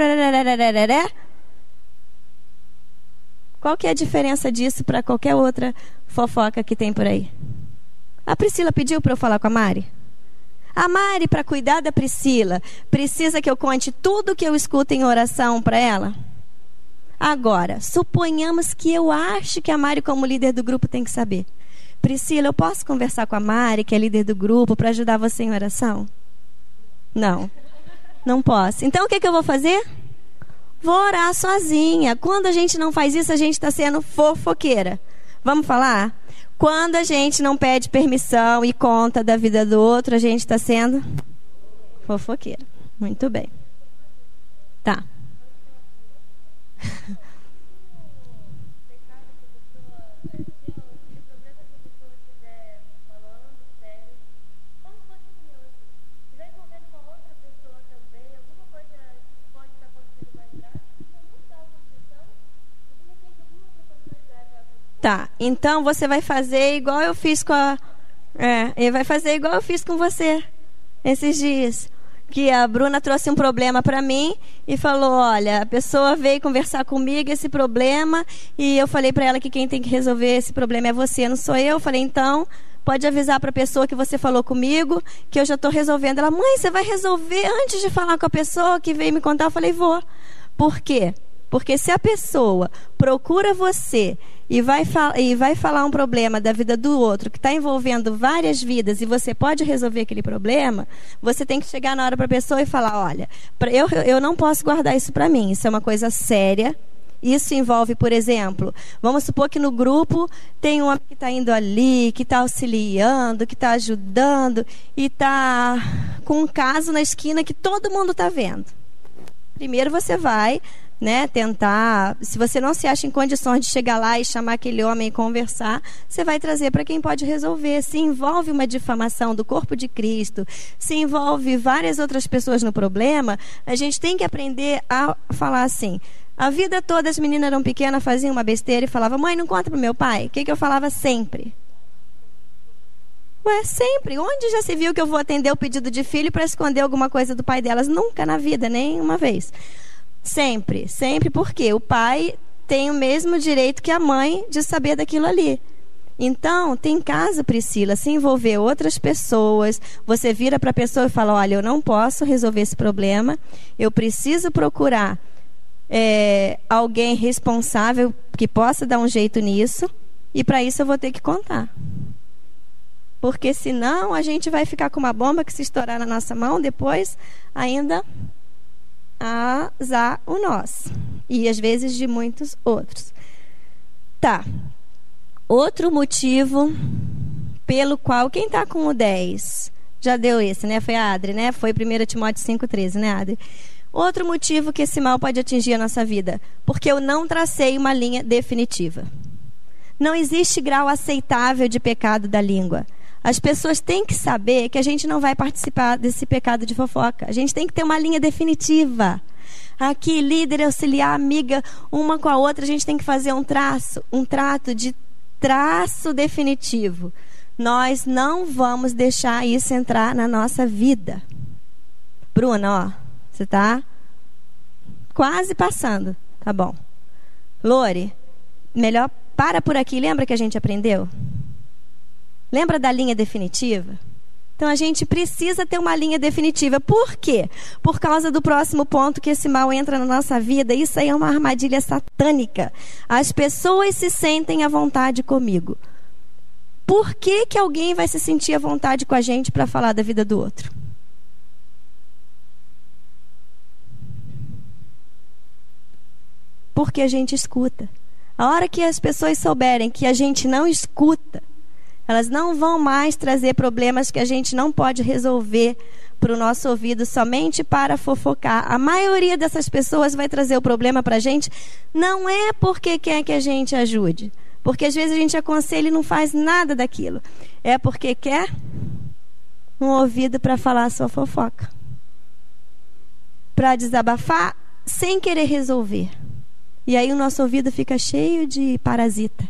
Qual que é a diferença disso para qualquer outra fofoca que tem por aí? A Priscila pediu para eu falar com a Mari? A Mari, para cuidar da Priscila, precisa que eu conte tudo que eu escuto em oração para ela? Agora, suponhamos que eu acho que a Mari, como líder do grupo, tem que saber. Priscila, eu posso conversar com a Mari, que é líder do grupo, para ajudar você em oração? Não, não posso. Então, o que, que eu vou fazer? Vou orar sozinha. Quando a gente não faz isso, a gente está sendo fofoqueira. Vamos falar? Quando a gente não pede permissão e conta da vida do outro, a gente está sendo fofoqueira. Muito bem. Tá. Tá, então você vai fazer igual eu fiz com a... É, ele vai fazer igual eu fiz com você esses dias. Que a Bruna trouxe um problema para mim e falou, olha, a pessoa veio conversar comigo esse problema e eu falei para ela que quem tem que resolver esse problema é você, não sou eu. Eu falei, então, pode avisar para a pessoa que você falou comigo que eu já estou resolvendo. Ela, mãe, você vai resolver antes de falar com a pessoa que veio me contar? Eu falei, vou. Por quê? Porque se a pessoa procura você e vai, e vai falar um problema da vida do outro que está envolvendo várias vidas e você pode resolver aquele problema, você tem que chegar na hora para a pessoa e falar, olha, eu, eu não posso guardar isso para mim, isso é uma coisa séria. Isso envolve, por exemplo, vamos supor que no grupo tem um homem que está indo ali, que está auxiliando, que está ajudando e está com um caso na esquina que todo mundo está vendo. Primeiro você vai... Né, tentar, se você não se acha em condições de chegar lá e chamar aquele homem e conversar, você vai trazer para quem pode resolver. Se envolve uma difamação do corpo de Cristo, se envolve várias outras pessoas no problema, a gente tem que aprender a falar assim. A vida toda as meninas eram pequenas, faziam uma besteira e falavam, mãe, não conta pro meu pai. O que, que eu falava sempre? Ué, sempre. Onde já se viu que eu vou atender o pedido de filho para esconder alguma coisa do pai delas? Nunca na vida, nem uma vez. Sempre, sempre, porque o pai tem o mesmo direito que a mãe de saber daquilo ali. Então, tem caso, Priscila, se envolver outras pessoas, você vira para a pessoa e fala, olha, eu não posso resolver esse problema, eu preciso procurar é, alguém responsável que possa dar um jeito nisso, e para isso eu vou ter que contar. Porque senão a gente vai ficar com uma bomba que se estourar na nossa mão, depois ainda... azar o nosso. E às vezes de muitos outros. Tá. Outro motivo pelo qual... Quem está com o dez? Já deu esse, né? Foi a Adri, né? Foi primeiro Timóteo cinco, treze, né, Adri? Outro motivo que esse mal pode atingir a nossa vida. Porque eu não tracei uma linha definitiva. Não existe grau aceitável de pecado da língua. As pessoas têm que saber que a gente não vai participar desse pecado de fofoca. A gente tem que ter uma linha definitiva. Aqui, líder, auxiliar, amiga, uma com a outra, a gente tem que fazer um traço, um trato de traço definitivo. Nós não vamos deixar isso entrar na nossa vida. Bruna, ó, você está quase passando. Tá bom. Lore, melhor para por aqui. Lembra que a gente aprendeu? Lembra da linha definitiva? Então a gente precisa ter uma linha definitiva. Por quê? Por causa do próximo ponto que esse mal entra na nossa vida. Isso aí é uma armadilha satânica. As pessoas se sentem à vontade comigo. Por que que alguém vai se sentir à vontade com a gente para falar da vida do outro? Porque a gente escuta. A hora que as pessoas souberem que a gente não escuta, elas não vão mais trazer problemas que a gente não pode resolver para o nosso ouvido somente para fofocar. A maioria dessas pessoas vai trazer o problema para a gente, não é porque quer que a gente ajude. Porque às vezes a gente aconselha e não faz nada daquilo. É porque quer um ouvido para falar a sua fofoca. Para desabafar sem querer resolver. E aí o nosso ouvido fica cheio de parasita.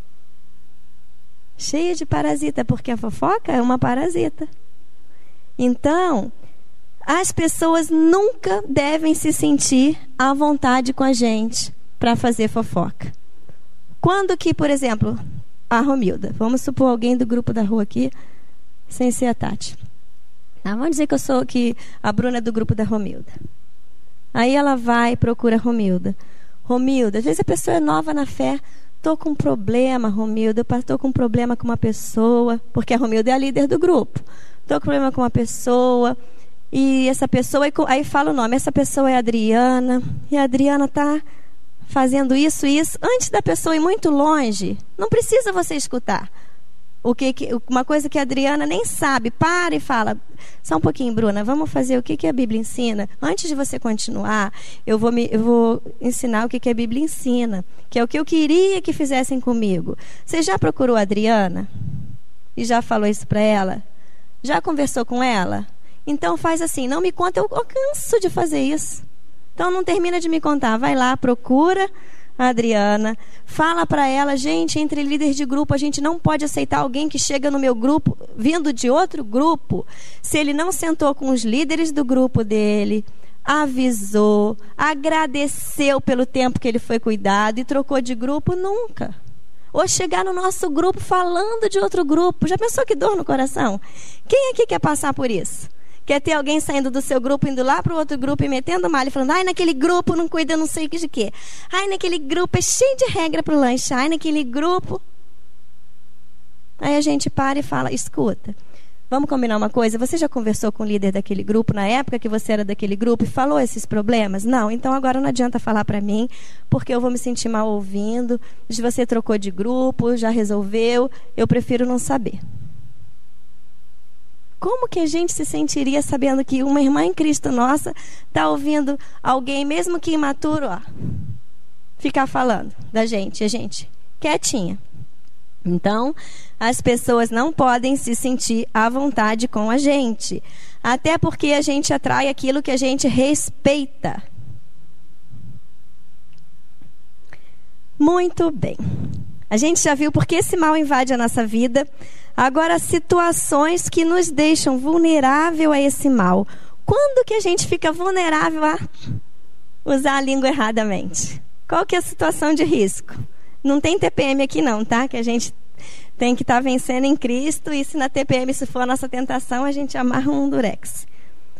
Cheia de parasita, porque a fofoca é uma parasita. Então, as pessoas nunca devem se sentir à vontade com a gente para fazer fofoca. Quando que, por exemplo, a Romilda, vamos supor alguém do grupo da rua aqui, sem ser a Tati. Ah, vamos dizer que eu sou que a Bruna é do grupo da Romilda. Aí ela vai e procura a Romilda. Romilda, às vezes a pessoa é nova na fé. Estou com um problema, Romilda. Estou com um problema com uma pessoa. Porque a Romilda é a líder do grupo. Estou com um problema com uma pessoa. E essa pessoa... Aí fala o nome. Essa pessoa é a Adriana. E a Adriana está fazendo isso e isso. Antes da pessoa ir muito longe, não precisa você escutar. O que, uma coisa que a Adriana nem sabe. Para e fala. Só um pouquinho, Bruna. Vamos fazer o que, que a Bíblia ensina. Antes de você continuar, eu vou, me, eu vou ensinar o que, que a Bíblia ensina. Que é o que eu queria que fizessem comigo. Você já procurou a Adriana? E já falou isso para ela? Já conversou com ela? Então faz assim. Não me conta. Eu, eu canso de fazer isso. Então não termina de me contar. Vai lá, procura a Adriana. Fala para ela, gente, entre líderes de grupo, a gente não pode aceitar alguém que chega no meu grupo, vindo de outro grupo, se ele não sentou com os líderes do grupo dele, avisou, agradeceu pelo tempo que ele foi cuidado e trocou de grupo, nunca. Ou chegar no nosso grupo falando de outro grupo. Já pensou que dor no coração? Quem aqui quer passar por isso? Quer ter alguém saindo do seu grupo, indo lá para o outro grupo e metendo mal e falando, ai, naquele grupo não cuida não sei de quê. Ai, naquele grupo é cheio de regra para o lanche. Ai, naquele grupo... Aí a gente para e fala, escuta, vamos combinar uma coisa? Você já conversou com o líder daquele grupo na época que você era daquele grupo e falou esses problemas? Não, então agora não adianta falar para mim, porque eu vou me sentir mal ouvindo. Se você trocou de grupo, já resolveu, eu prefiro não saber. Como que a gente se sentiria sabendo que uma irmã em Cristo nossa está ouvindo alguém, mesmo que imaturo, ó, ficar falando da gente, a gente quietinha? Então, as pessoas não podem se sentir à vontade com a gente, até porque a gente atrai aquilo que a gente respeita. Muito bem. A gente já viu porque esse mal invade a nossa vida. Agora, situações que nos deixam vulnerável a esse mal. Quando que a gente fica vulnerável a usar a língua erradamente? Qual que é a situação de risco? Não tem T P M aqui não, tá? Que a gente tem que estar vencendo em Cristo. E se na T P M, se for a nossa tentação, a gente amarra um durex.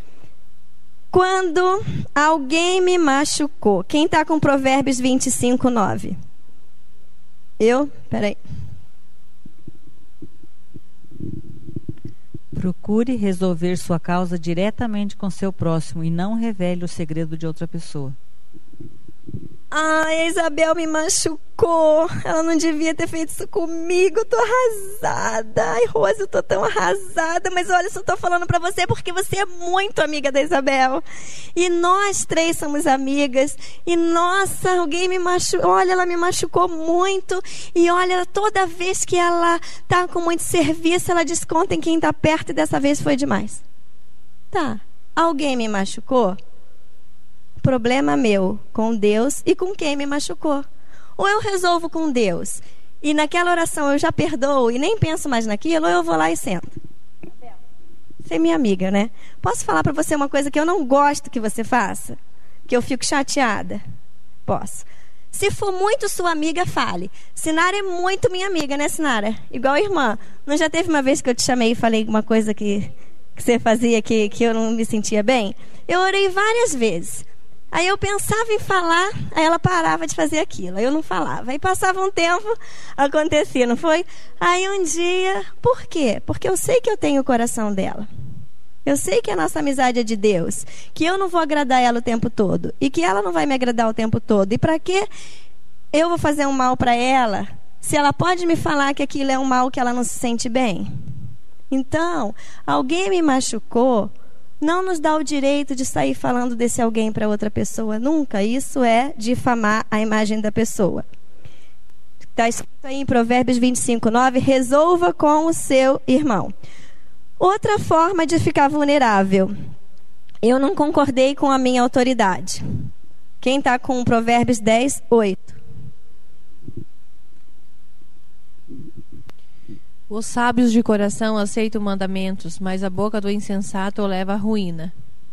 Quando alguém me machucou. Quem está com Provérbios vinte e cinco, nove? Eu? Peraí. Procure resolver sua causa diretamente com seu próximo e não revele o segredo de outra pessoa. Ai, a Isabel me machucou. Ela não devia ter feito isso comigo. Eu tô arrasada. Ai, Rose, eu tô tão arrasada. Mas olha, eu só tô falando pra você porque você é muito amiga da Isabel. E nós três somos amigas. E nossa, alguém me machucou. Olha, ela me machucou muito. E olha, toda vez que ela tá com muito serviço, ela desconta em quem tá perto. E dessa vez foi demais. Tá, alguém me machucou? Problema meu com Deus e com quem me machucou. Ou eu resolvo com Deus e naquela oração eu já perdoo e nem penso mais naquilo, ou eu vou lá e sento. Você é minha amiga, né? Posso falar para você uma coisa que eu não gosto que você faça? Que eu fico chateada? Posso. Se for muito sua amiga, fale. Sinara é muito minha amiga, né, Sinara? Igual irmã. Não já teve uma vez que eu te chamei e falei uma coisa que, que você fazia que, que eu não me sentia bem? Eu orei várias vezes. Aí eu pensava em falar, aí ela parava de fazer aquilo, aí eu não falava. Aí passava um tempo, acontecia, não foi? Aí um dia, por quê? Porque eu sei que eu tenho o coração dela. Eu sei que a nossa amizade é de Deus, que eu não vou agradar ela o tempo todo, e que ela não vai me agradar o tempo todo. E para que eu vou fazer um mal para ela, se ela pode me falar que aquilo é um mal que ela não se sente bem? Então, alguém me machucou, não nos dá o direito de sair falando desse alguém para outra pessoa, nunca. Isso é difamar a imagem da pessoa. Está escrito aí em Provérbios vinte e cinco, nove, resolva com o seu irmão. Outra forma de ficar vulnerável. Eu não concordei com a minha autoridade. Quem está com Provérbios dez, oito? Os sábios de coração aceitam mandamentos, mas a boca do insensato leva à ruína.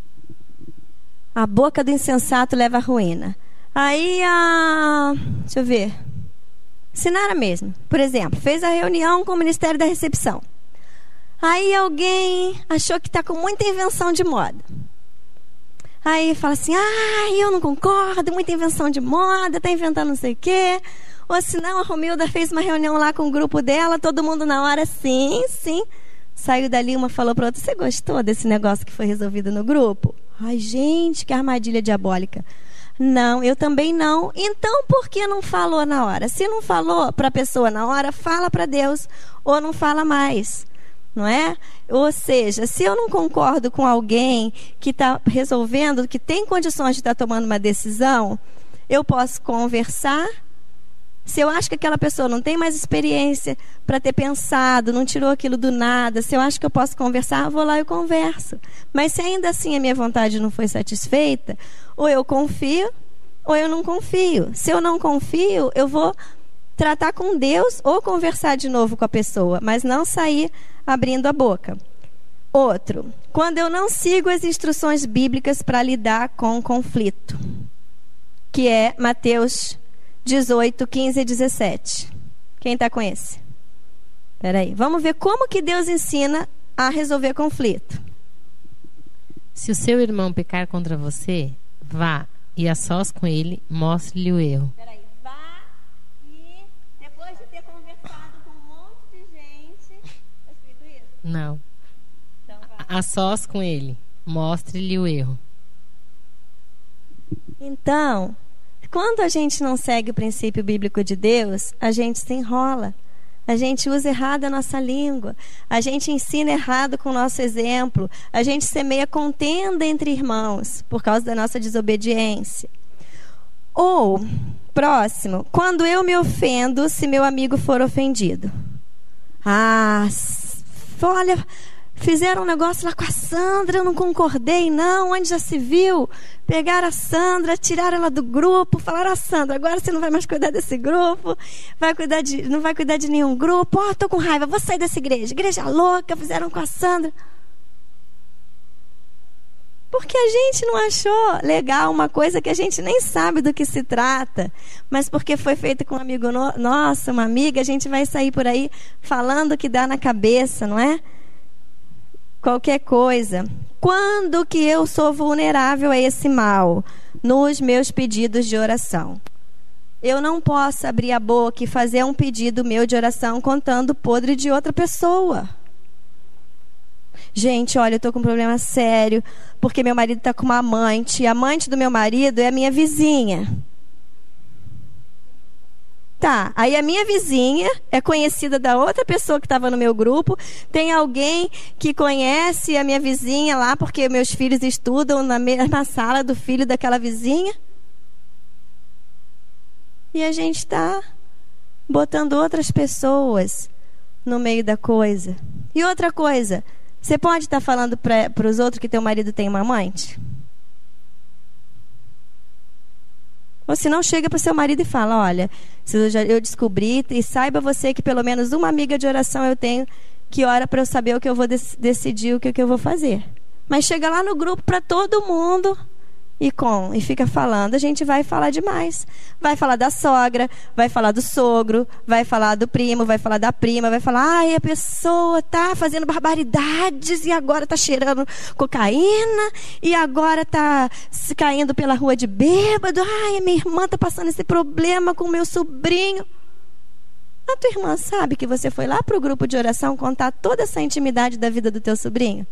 A boca do insensato leva à ruína. Aí, a... deixa eu ver. Sinara mesmo, por exemplo, fez a reunião com o Ministério da Recepção. Aí alguém achou que está com muita invenção de moda. Aí fala assim, ah, eu não concordo, muita invenção de moda, está inventando não sei o quê. Ou senão a Romilda fez uma reunião lá com o grupo dela, todo mundo na hora, sim, sim. Saiu dali, uma falou para outra, você gostou desse negócio que foi resolvido no grupo? Ai, gente, que armadilha diabólica. Não, eu também não. Então, por que não falou na hora? Se não falou para a pessoa na hora, fala para Deus, ou não fala mais. Não é? Ou seja, se eu não concordo com alguém que está resolvendo, que tem condições de estar tomando uma decisão, eu posso conversar. Se eu acho que aquela pessoa não tem mais experiência para ter pensado, não tirou aquilo do nada, se eu acho que eu posso conversar, eu vou lá e converso. Mas se ainda assim a minha vontade não foi satisfeita, ou eu confio ou eu não confio. Se eu não confio, eu vou tratar com Deus ou conversar de novo com a pessoa, mas não sair abrindo a boca. Outro, quando eu não sigo as instruções bíblicas para lidar com o conflito, que é Mateus dezoito, quinze e dezessete. Quem está com esse? Espera aí, vamos ver como que Deus ensina a resolver conflito. Se o seu irmão pecar contra você, vá e a sós com ele, mostre-lhe o erro. Espera aí, vá e depois de ter conversado com um monte de gente, está escrito isso? Não. Então, vai. A sós com ele, mostre-lhe o erro. Então, quando a gente não segue o princípio bíblico de Deus, a gente se enrola. A gente usa errado a nossa língua. A gente ensina errado com o nosso exemplo. A gente semeia contenda entre irmãos por causa da nossa desobediência. Ou, próximo, quando eu me ofendo se meu amigo for ofendido. Ah, olha, fizeram um negócio lá com a Sandra, eu não concordei, não. Onde já se viu? Pegaram a Sandra, tiraram ela do grupo, falaram: a Sandra, agora você não vai mais cuidar desse grupo, vai cuidar de, não vai cuidar de nenhum grupo. Ó, oh, tô com raiva, vou sair dessa igreja. Igreja louca, fizeram com a Sandra. Porque a gente não achou legal uma coisa que a gente nem sabe do que se trata, mas porque foi feito com um amigo no, nosso, uma amiga, a gente vai sair por aí falando o que dá na cabeça, não é? Qualquer coisa. Quando que eu sou vulnerável a esse mal? Nos meus pedidos de oração. Eu não posso abrir a boca e fazer um pedido meu de oração contando o podre de outra pessoa. Gente, olha, eu estou com um problema sério, porque meu marido está com uma amante, e a amante do meu marido é a minha vizinha. Tá, aí a minha vizinha é conhecida da outra pessoa que estava no meu grupo. Tem alguém que conhece a minha vizinha lá, porque meus filhos estudam na mesma sala do filho daquela vizinha. E a gente está botando outras pessoas no meio da coisa. E outra coisa, você pode estar tá falando para os outros que teu marido tem uma amante? Ou se não, chega para o seu marido e fala: olha, eu, já, eu descobri, e saiba você que pelo menos uma amiga de oração eu tenho que ora para eu saber o que eu vou dec- decidir, o que, que eu vou fazer. Mas chega lá no grupo para todo mundo e, com, e fica falando, a gente vai falar demais. Vai falar da sogra, vai falar do sogro, vai falar do primo, vai falar da prima, vai falar: ai, a pessoa tá fazendo barbaridades e agora tá cheirando cocaína e agora tá se caindo pela rua de bêbado. Ai, a minha irmã tá passando esse problema com o meu sobrinho. A tua irmã sabe que você foi lá pro grupo de oração contar toda essa intimidade da vida do teu sobrinho?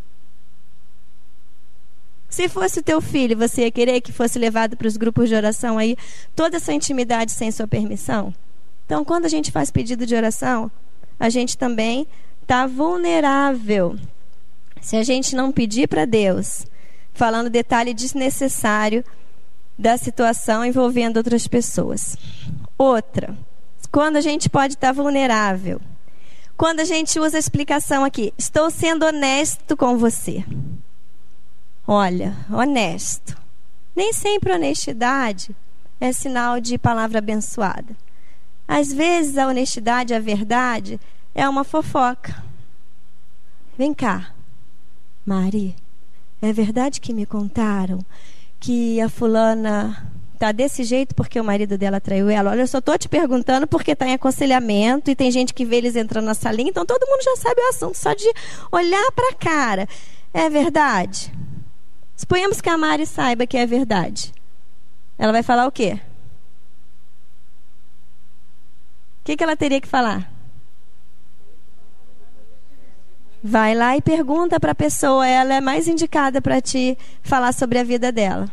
Se fosse o teu filho, você ia querer que fosse levado para os grupos de oração aí, toda essa intimidade sem sua permissão? Então, quando a gente faz pedido de oração, a gente também está vulnerável. Se a gente não pedir para Deus, falando detalhe desnecessário da situação envolvendo outras pessoas. Outra, quando a gente pode estar vulnerável. Quando a gente usa a explicação aqui: estou sendo honesto com você. Olha, honesto. Nem sempre honestidade é sinal de palavra abençoada. Às vezes a honestidade, a verdade, é uma fofoca. Vem cá, Mari, é verdade que me contaram que a fulana tá desse jeito porque o marido dela traiu ela? Olha, eu só estou te perguntando porque está em aconselhamento e tem gente que vê eles entrando na salinha, então todo mundo já sabe o assunto, só de olhar para a cara. É verdade? Suponhamos que a Mari saiba que é verdade. Ela vai falar o quê? O que, que ela teria que falar? Vai lá e pergunta para a pessoa. Ela é mais indicada para te falar sobre a vida dela.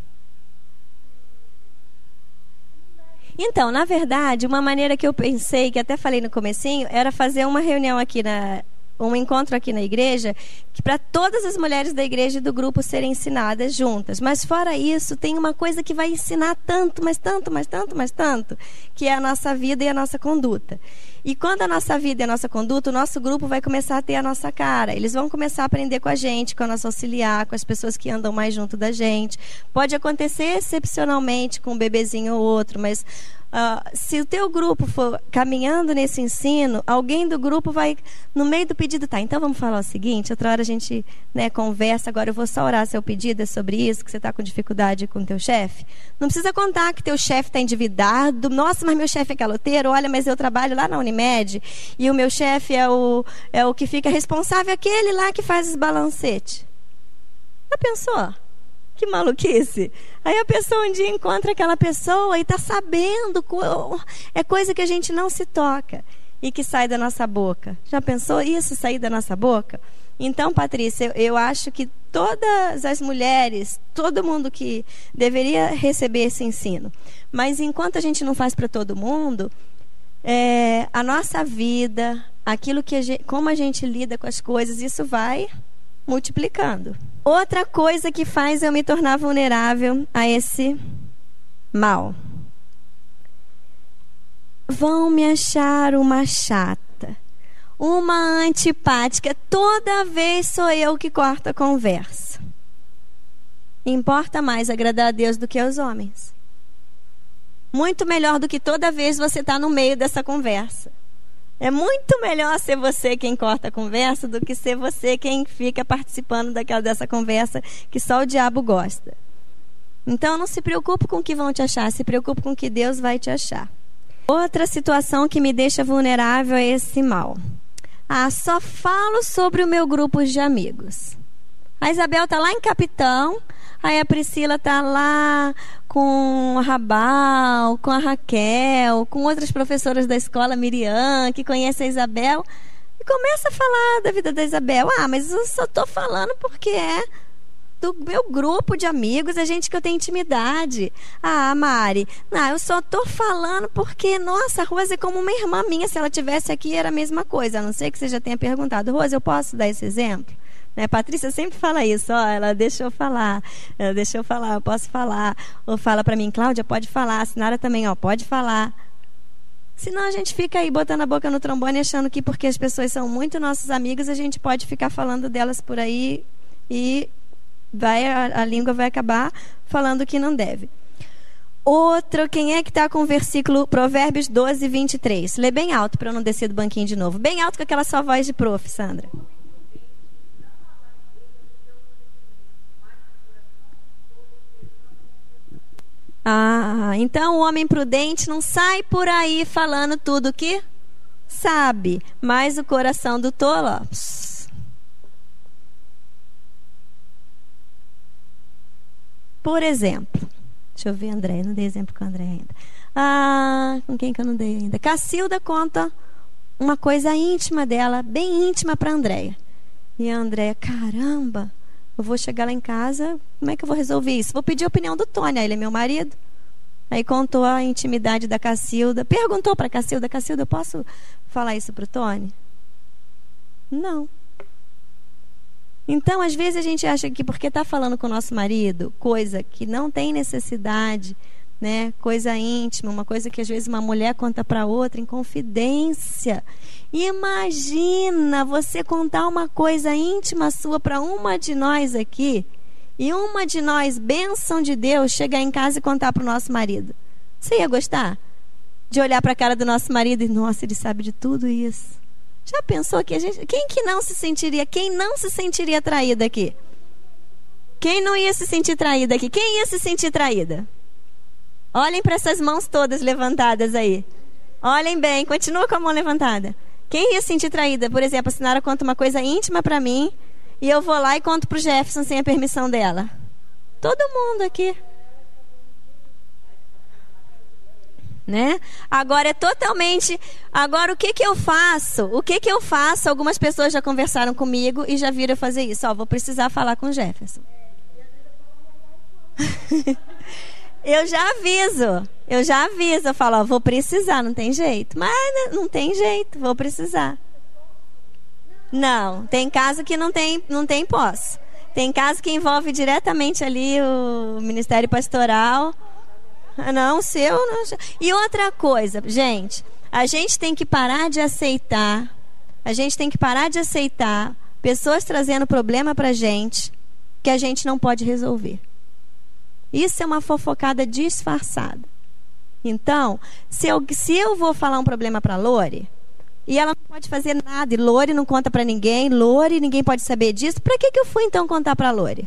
Então, na verdade, uma maneira que eu pensei, que até falei no comecinho, era fazer uma reunião aqui na, um encontro aqui na igreja para todas as mulheres da igreja e do grupo serem ensinadas juntas. Mas fora isso, tem uma coisa que vai ensinar tanto, mas tanto, mas tanto, mas tanto, que é a nossa vida e a nossa conduta. E quando a nossa vida e a nossa conduta, o nosso grupo vai começar a ter a nossa cara. Eles vão começar a aprender com a gente, com a nossa auxiliar, com as pessoas que andam mais junto da gente. Pode acontecer excepcionalmente com um bebezinho ou outro, mas uh, se o teu grupo for caminhando nesse ensino, alguém do grupo vai, no meio do pedido, tá, então vamos falar o seguinte, outra hora a gente, né, conversa, agora eu vou só orar seu pedido, é sobre isso, que você está com dificuldade com o teu chefe. Não precisa contar que teu chefe está endividado, nossa, mas meu chefe é caloteiro, olha, mas eu trabalho lá na Unimed e o meu chefe é o, é o que fica responsável, aquele lá que faz os balancetes. Já pensou? Que maluquice. Aí a pessoa um dia encontra aquela pessoa e está sabendo, é coisa que a gente não se toca e que sai da nossa boca. Já pensou isso, sair da nossa boca? Então, Patrícia, eu, eu acho que todas as mulheres, todo mundo que deveria receber esse ensino. Mas enquanto a gente não faz para todo mundo, é, a nossa vida, aquilo que a gente, como a gente lida com as coisas, isso vai multiplicando. Outra coisa que faz eu me tornar vulnerável a esse mal. Vão me achar uma chata, uma antipática. Toda vez sou eu que corto a conversa. Importa mais agradar a Deus do que aos homens. Muito melhor do que toda vez você estar no meio dessa conversa. É muito melhor ser você quem corta a conversa do que ser você quem fica participando daquela, dessa conversa que só o diabo gosta. Então não se preocupe com o que vão te achar, se preocupe com o que Deus vai te achar. Outra situação que me deixa vulnerável é esse mal. Ah, só falo sobre o meu grupo de amigos. A Isabel está lá em Capitão, aí a Priscila está lá com a Rabal, com a Raquel, com outras professoras da escola, Miriam, que conhece a Isabel, e começa a falar da vida da Isabel. Ah, mas eu só estou falando porque é do meu grupo de amigos, é gente que eu tenho intimidade. Ah, Mari, não, eu só estou falando porque, nossa, a Rose é como uma irmã minha, se ela tivesse aqui era a mesma coisa, a não ser que você já tenha perguntado. Rose, eu posso dar esse exemplo? Né? Patrícia sempre fala isso, ó, ela deixa eu falar, ela deixa eu falar, eu posso falar, ou fala para mim, Cláudia, pode falar, a Sinara também, ó, pode falar. Senão a gente fica aí botando a boca no trombone achando que porque as pessoas são muito nossos amigos, a gente pode ficar falando delas por aí e vai, a, a língua vai acabar falando que não deve. Outro, quem é que está com o versículo Provérbios doze, vinte e três? Lê bem alto para eu não descer do banquinho de novo, bem alto com aquela sua voz de prof, Sandra. Ah, então o homem prudente não sai por aí falando tudo que sabe, mas o coração do tolo, ó, por exemplo, deixa eu ver, André, não dei exemplo com a André ainda. Ah, com quem que eu não dei ainda? Cacilda conta uma coisa íntima dela, bem íntima para a Andréia. E a Andréia, caramba, eu vou chegar lá em casa, como é que eu vou resolver isso? Vou pedir a opinião do Tony, ele é meu marido. Aí contou a intimidade da Cacilda. Perguntou para a Cacilda, Cacilda, eu posso falar isso para o Tony? Não. Então, às vezes a gente acha que porque está falando com o nosso marido, coisa que não tem necessidade, né? Coisa íntima, uma coisa que às vezes uma mulher conta para outra em confidência. Imagina você contar uma coisa íntima sua para uma de nós aqui e uma de nós, bênção de Deus, chegar em casa e contar para o nosso marido. Você ia gostar de olhar para a cara do nosso marido e, nossa, ele sabe de tudo isso. Já pensou que a gente... Quem que não se sentiria, quem não se sentiria traída aqui? Quem não ia se sentir traída aqui? Quem ia se sentir traída? Olhem para essas mãos todas levantadas aí. Olhem bem, continua com a mão levantada. Quem ia se sentir traída? Por exemplo, a Sinara conta uma coisa íntima para mim e eu vou lá e conto pro Jefferson sem a permissão dela. Todo mundo aqui. Né? Agora é totalmente... Agora o que que eu faço? O que que eu faço? Algumas pessoas já conversaram comigo e já viram eu fazer isso. Ó, vou precisar falar com o Jefferson. Eu já aviso, eu já aviso, eu falo, ó, vou precisar, não tem jeito. Mas não tem jeito, vou precisar. Não, tem caso que não tem, não tem posse. Tem caso que envolve diretamente ali o Ministério Pastoral. Não, o seu. Não. E outra coisa, gente, a gente tem que parar de aceitar, a gente tem que parar de aceitar pessoas trazendo problema pra gente que a gente não pode resolver. Isso é uma fofocada disfarçada. Então, se eu, se eu vou falar um problema pra Lore, e ela não pode fazer nada, e Lore não conta pra ninguém, Lore, ninguém pode saber disso, pra que que eu fui então contar pra Lore?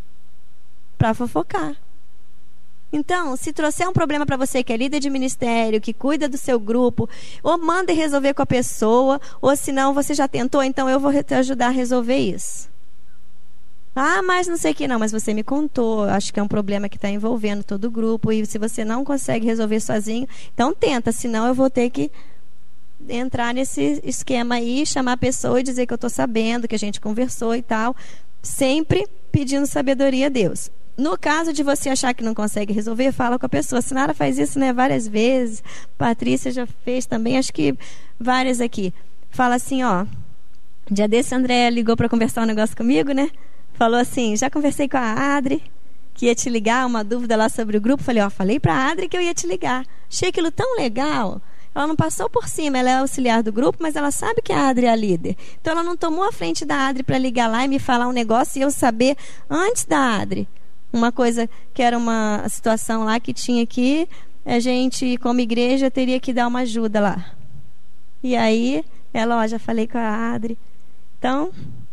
Pra fofocar. Então, se trouxer um problema para você que é líder de ministério, que cuida do seu grupo, ou manda resolver com a pessoa, ou se não, você já tentou, então eu vou te ajudar a resolver isso. Ah, mas não sei o que não, mas você me contou, acho que é um problema que está envolvendo todo o grupo, e se você não consegue resolver sozinho, então tenta, senão eu vou ter que entrar nesse esquema aí, chamar a pessoa e dizer que eu estou sabendo, que a gente conversou e tal, sempre pedindo sabedoria a Deus. No caso de você achar que não consegue resolver, fala com a pessoa. A Sinara faz isso, né, várias vezes. Patrícia já fez também, acho que várias aqui. Fala assim, ó. Dia desse, a Andréia ligou para conversar um negócio comigo, né? Falou assim, já conversei com a Adri, que ia te ligar, uma dúvida lá sobre o grupo. Falei, ó, falei para a Adri que eu ia te ligar. Achei aquilo tão legal. Ela não passou por cima, ela é auxiliar do grupo, mas ela sabe que a Adri é a líder. Então, ela não tomou a frente da Adri para ligar lá e me falar um negócio e eu saber antes da Adri. Uma coisa que era uma situação lá que tinha que a gente, como igreja, teria que dar uma ajuda lá. E aí, ela, ó, já falei com a Adri. Então,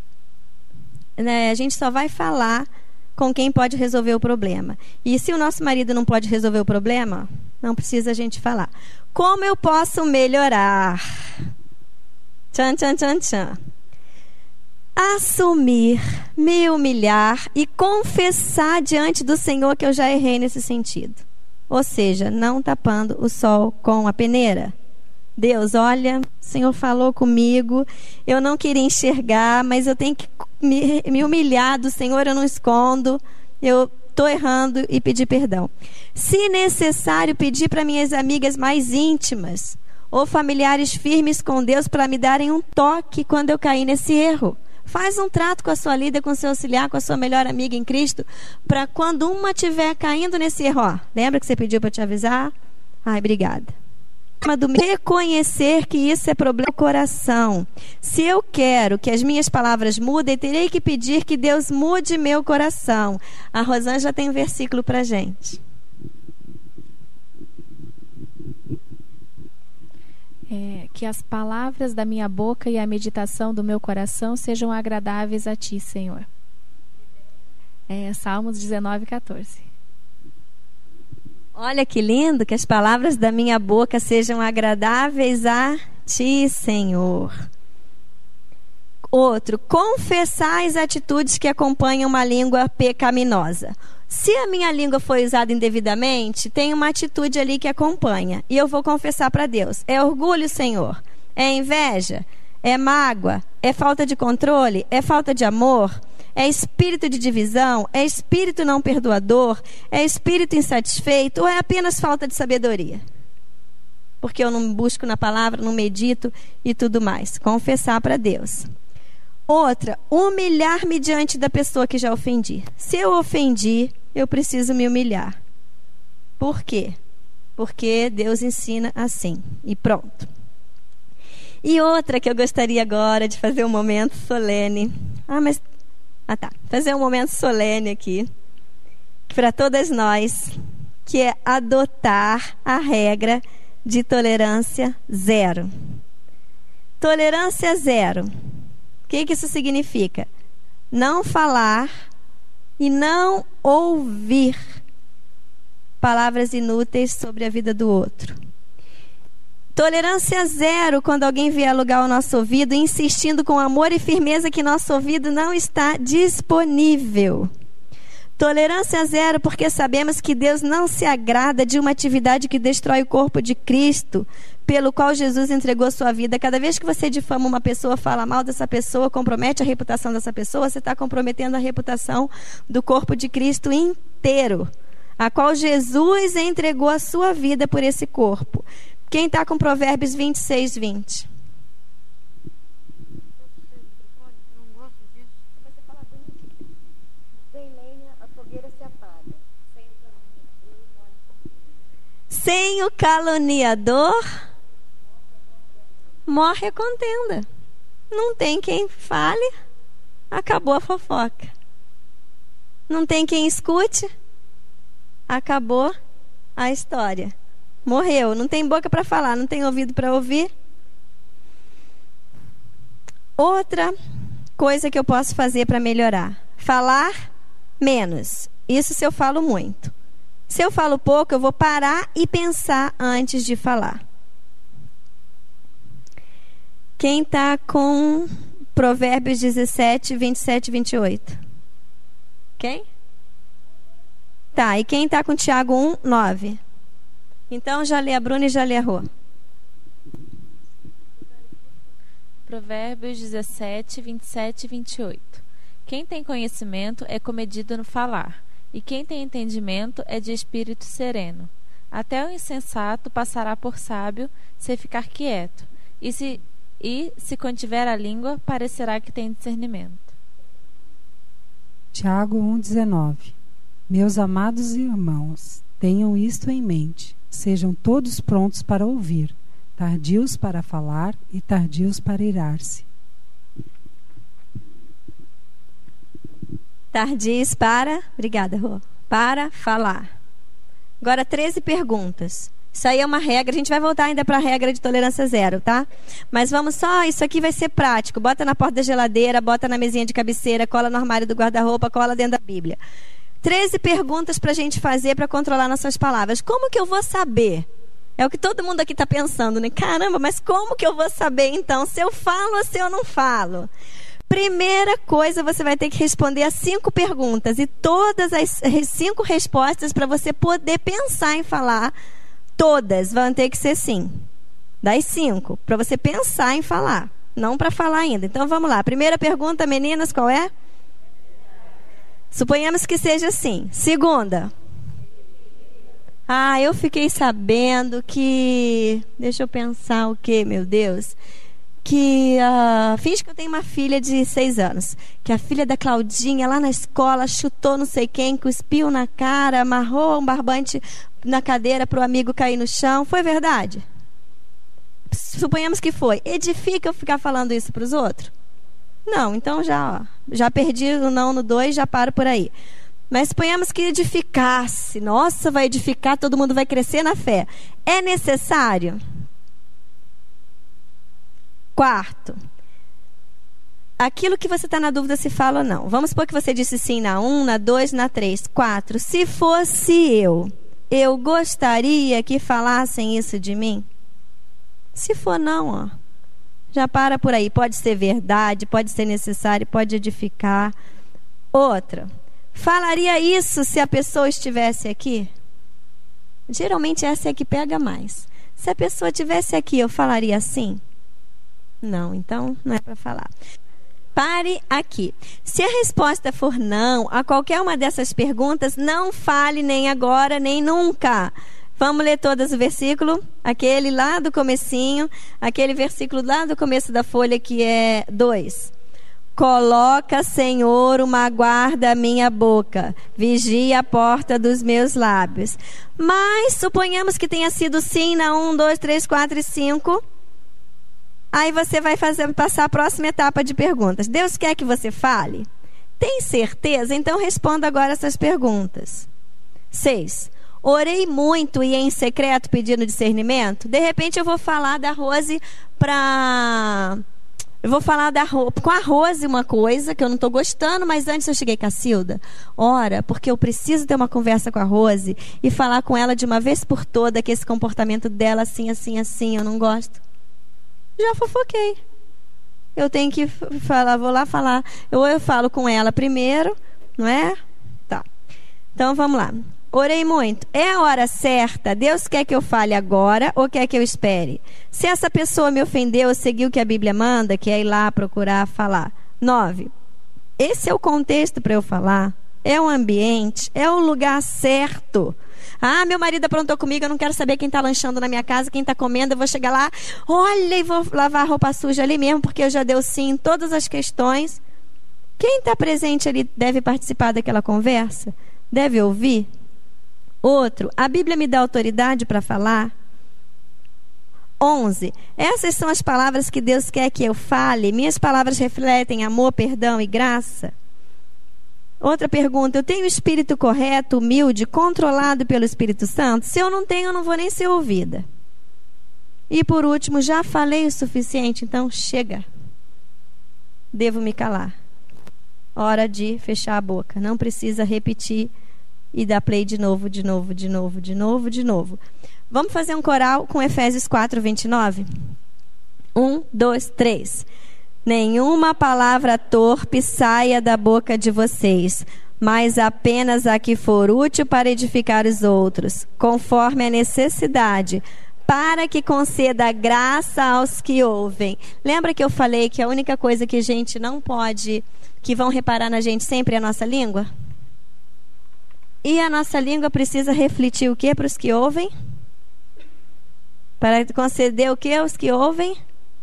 né, a gente só vai falar com quem pode resolver o problema. E se o nosso marido não pode resolver o problema, não precisa a gente falar. Como eu posso melhorar? Tchan, tchan, tchan, tchan. Assumir, me humilhar e confessar diante do Senhor que eu já errei nesse sentido. Ou seja, não tapando o sol com a peneira. Deus, olha, o Senhor falou comigo, eu não queria enxergar, mas eu tenho que me, me humilhar do Senhor, eu não escondo, eu estou errando e pedir perdão. Se necessário, pedir para minhas amigas mais íntimas ou familiares firmes com Deus para me darem um toque quando eu cair nesse erro. Faz um trato com a sua líder, com o seu auxiliar, com a sua melhor amiga em Cristo, para quando uma estiver caindo nesse erro, ó, lembra que você pediu para te avisar? Ai, obrigada. Reconhecer que isso é problema do coração. Se eu quero que as minhas palavras mudem, terei que pedir que Deus mude meu coração. A Rosângela tem um versículo para a gente. É, que as palavras da minha boca e a meditação do meu coração sejam agradáveis a Ti, Senhor. É, Salmos dezenove, quatorze. Olha que lindo, que as palavras da minha boca sejam agradáveis a Ti, Senhor. Outro, confessar as atitudes que acompanham uma língua pecaminosa. Se a minha língua foi usada indevidamente, tem uma atitude ali que acompanha. E eu vou confessar para Deus. É orgulho, Senhor? É inveja? É mágoa? É falta de controle? É falta de amor? É espírito de divisão? É espírito não perdoador? É espírito insatisfeito? Ou é apenas falta de sabedoria? Porque eu não busco na palavra, não medito e tudo mais. Confessar para Deus. Outra, humilhar-me diante da pessoa que já ofendi. Se eu ofendi, eu preciso me humilhar. Por quê? Porque Deus ensina assim. E pronto. E outra que eu gostaria agora de fazer um momento solene. Ah, mas... Ah, tá. Fazer um momento solene aqui. Para todas nós. Que é adotar a regra de tolerância zero. Tolerância zero. O que, que isso significa? Não falar e não ouvir palavras inúteis sobre a vida do outro. Tolerância zero quando alguém vier alugar o nosso ouvido, insistindo com amor e firmeza que nosso ouvido não está disponível. Tolerância zero porque sabemos que Deus não se agrada de uma atividade que destrói o corpo de Cristo, pelo qual Jesus entregou sua vida. Cada vez que você difama uma pessoa, fala mal dessa pessoa, compromete a reputação dessa pessoa, você está comprometendo a reputação do corpo de Cristo inteiro, a qual Jesus entregou a sua vida por esse corpo. Quem está com Provérbios vinte e seis, vinte? Sem o caluniador, morre a contenda. Não tem quem fale, acabou a fofoca. Não tem quem escute, acabou a história. Morreu. Não tem boca para falar, não tem ouvido para ouvir. Outra coisa que eu posso fazer para melhorar: falar menos. Isso se eu falo muito. Se eu falo pouco, eu vou parar e pensar antes de falar. Quem está com Provérbios dezessete, vinte e sete e vinte e oito? Quem? Tá, e quem está com Tiago um, nove? Então já lê a Bruna e já lê a Rô. Provérbios dezessete, vinte e sete e vinte e oito. Quem tem conhecimento é comedido no falar, e quem tem entendimento é de espírito sereno. Até o insensato passará por sábio se ficar quieto, e se, e, se contiver a língua, parecerá que tem discernimento. Tiago um, dezenove. Meus amados irmãos, tenham isto em mente. Sejam todos prontos para ouvir, tardios para falar e tardios para irar-se. Tardios para... Obrigada, Rô. Para falar. Agora, treze perguntas. Isso aí é uma regra. A gente vai voltar ainda para a regra de tolerância zero, tá? Mas vamos só... Isso aqui vai ser prático. Bota na porta da geladeira, bota na mesinha de cabeceira, cola no armário do guarda-roupa, cola dentro da Bíblia. treze perguntas para a gente fazer para controlar nossas palavras. Como que eu vou saber? É o que todo mundo aqui está pensando, né? Caramba, mas como que eu vou saber então se eu falo ou se eu não falo? Primeira coisa, você vai ter que responder a cinco perguntas. E todas as cinco respostas, para você poder pensar em falar, todas vão ter que ser sim. Das cinco, para você pensar em falar, não para falar ainda. Então vamos lá. Primeira pergunta, meninas, qual é? Suponhamos que seja assim. Segunda. Ah, eu fiquei sabendo que... Deixa eu pensar o quê, meu Deus? Que... Uh, finge que eu tenho uma filha de seis anos. Que a filha da Claudinha, lá na escola, chutou não sei quem, cuspiu na cara, amarrou um barbante na cadeira para o amigo cair no chão. Foi verdade? Suponhamos que foi. Edifica eu ficar falando isso para os outros? Não, então já, ó, já perdi o não no dois, já paro por aí. Mas suponhamos que edificasse. Nossa, vai edificar, todo mundo vai crescer na fé. É necessário? Quarto, aquilo que você está na dúvida se fala ou não. Vamos supor que você disse sim na um, na dois, na três. Quatro, se fosse eu, eu gostaria que falassem isso de mim? Se for não, ó, já para por aí. Pode ser verdade, pode ser necessário, pode edificar. Outra, falaria isso se a pessoa estivesse aqui? Geralmente essa é a que pega mais. Se a pessoa estivesse aqui, eu falaria assim? Não, então não é para falar. Pare aqui. Se a resposta for não a qualquer uma dessas perguntas, não fale nem agora, nem nunca. Vamos ler todos o versículo, aquele lá do comecinho, aquele versículo lá do começo da folha que é dois. Coloca, Senhor, uma guarda à minha boca, vigia a porta dos meus lábios. Mas suponhamos que tenha sido sim na um, dois, três, quatro e cinco. Aí você vai fazer, passar a próxima etapa de perguntas. Deus quer que você fale? Tem certeza? Então responda agora essas perguntas. Seis. Orei muito e em secreto pedindo discernimento? De repente eu vou falar da Rose para... Eu vou falar da Ro... com a Rose uma coisa que eu não estou gostando, mas antes eu cheguei com a Cilda. Ora, porque eu preciso ter uma conversa com a Rose e falar com ela de uma vez por toda que esse comportamento dela assim, assim, assim, eu não gosto. Já fofoquei. Eu tenho que falar, vou lá falar. Ou eu falo com ela primeiro, não é? Tá. Então vamos lá. Orei muito. É a hora certa? Deus quer que eu fale agora ou quer que eu espere? Se essa pessoa me ofendeu ou seguiu o que a Bíblia manda, que é ir lá procurar falar. Nove. Esse é o contexto para eu falar? É o ambiente? É o lugar certo? Ah, meu marido aprontou comigo, eu não quero saber quem está lanchando na minha casa, quem está comendo, eu vou chegar lá, olha, e vou lavar a roupa suja ali mesmo, porque eu já deu sim em todas as questões. Quem está presente ali deve participar daquela conversa? Deve ouvir? Outro, a Bíblia me dá autoridade para falar? onze. Essas são as palavras que Deus quer que eu fale. Minhas palavras refletem amor, perdão e graça? Outra pergunta, eu tenho o espírito correto, humilde, controlado pelo Espírito Santo? Se eu não tenho, eu não vou nem ser ouvida. E por último, já falei o suficiente, então chega. Devo me calar. Hora de fechar a boca. Não precisa repetir e dar play de novo, de novo, de novo, de novo, de novo. Vamos fazer um coral com Efésios quatro, vinte e nove? Um, dois, três. Nenhuma palavra torpe saia da boca de vocês, mas apenas a que for útil para edificar os outros, conforme a necessidade, para que conceda graça aos que ouvem. Lembra que eu falei que a única coisa que a gente não pode, que vão reparar na gente sempre é a nossa língua? E a nossa língua precisa refletir o que para os que ouvem? Para conceder o que aos que ouvem?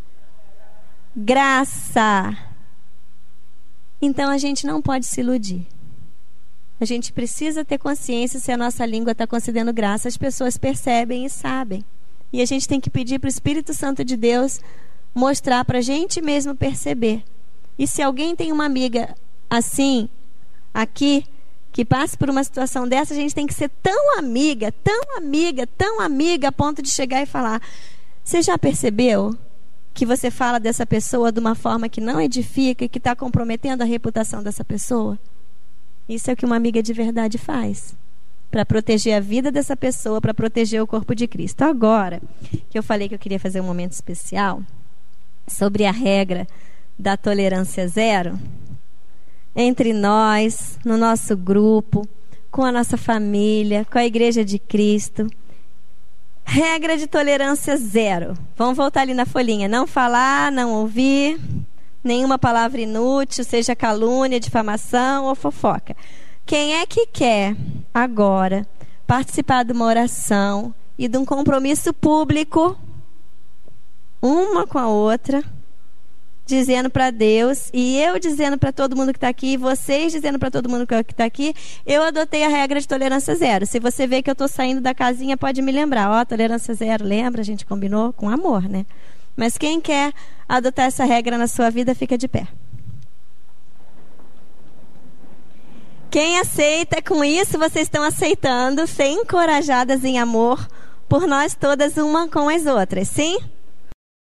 Graça. Então a gente não pode se iludir. A gente precisa ter consciência se a nossa língua está concedendo graça. As pessoas percebem e sabem. E a gente tem que pedir para o Espírito Santo de Deus mostrar para a gente mesmo perceber. E se alguém tem uma amiga assim, aqui, que passe por uma situação dessa, a gente tem que ser tão amiga, tão amiga, tão amiga, a ponto de chegar e falar: você já percebeu que você fala dessa pessoa de uma forma que não edifica e que está comprometendo a reputação dessa pessoa? Isso é o que uma amiga de verdade faz, para proteger a vida dessa pessoa, para proteger o corpo de Cristo. Agora, que eu falei que eu queria fazer um momento especial sobre a regra da tolerância zero, entre nós, no nosso grupo, com a nossa família, com a Igreja de Cristo. Regra de tolerância zero. Vamos voltar ali na folhinha. Não falar, não ouvir, nenhuma palavra inútil, seja calúnia, difamação ou fofoca. Quem é que quer agora participar de uma oração e de um compromisso público, uma com a outra, dizendo para Deus, e eu dizendo para todo mundo que está aqui, e vocês dizendo para todo mundo que está aqui, eu adotei a regra de tolerância zero. Se você vê que eu estou saindo da casinha, pode me lembrar. Ó, tolerância zero, lembra? A gente combinou com amor, né? Mas quem quer adotar essa regra na sua vida, fica de pé. Quem aceita, com isso vocês estão aceitando, ser encorajadas em amor por nós todas, uma com as outras, sim?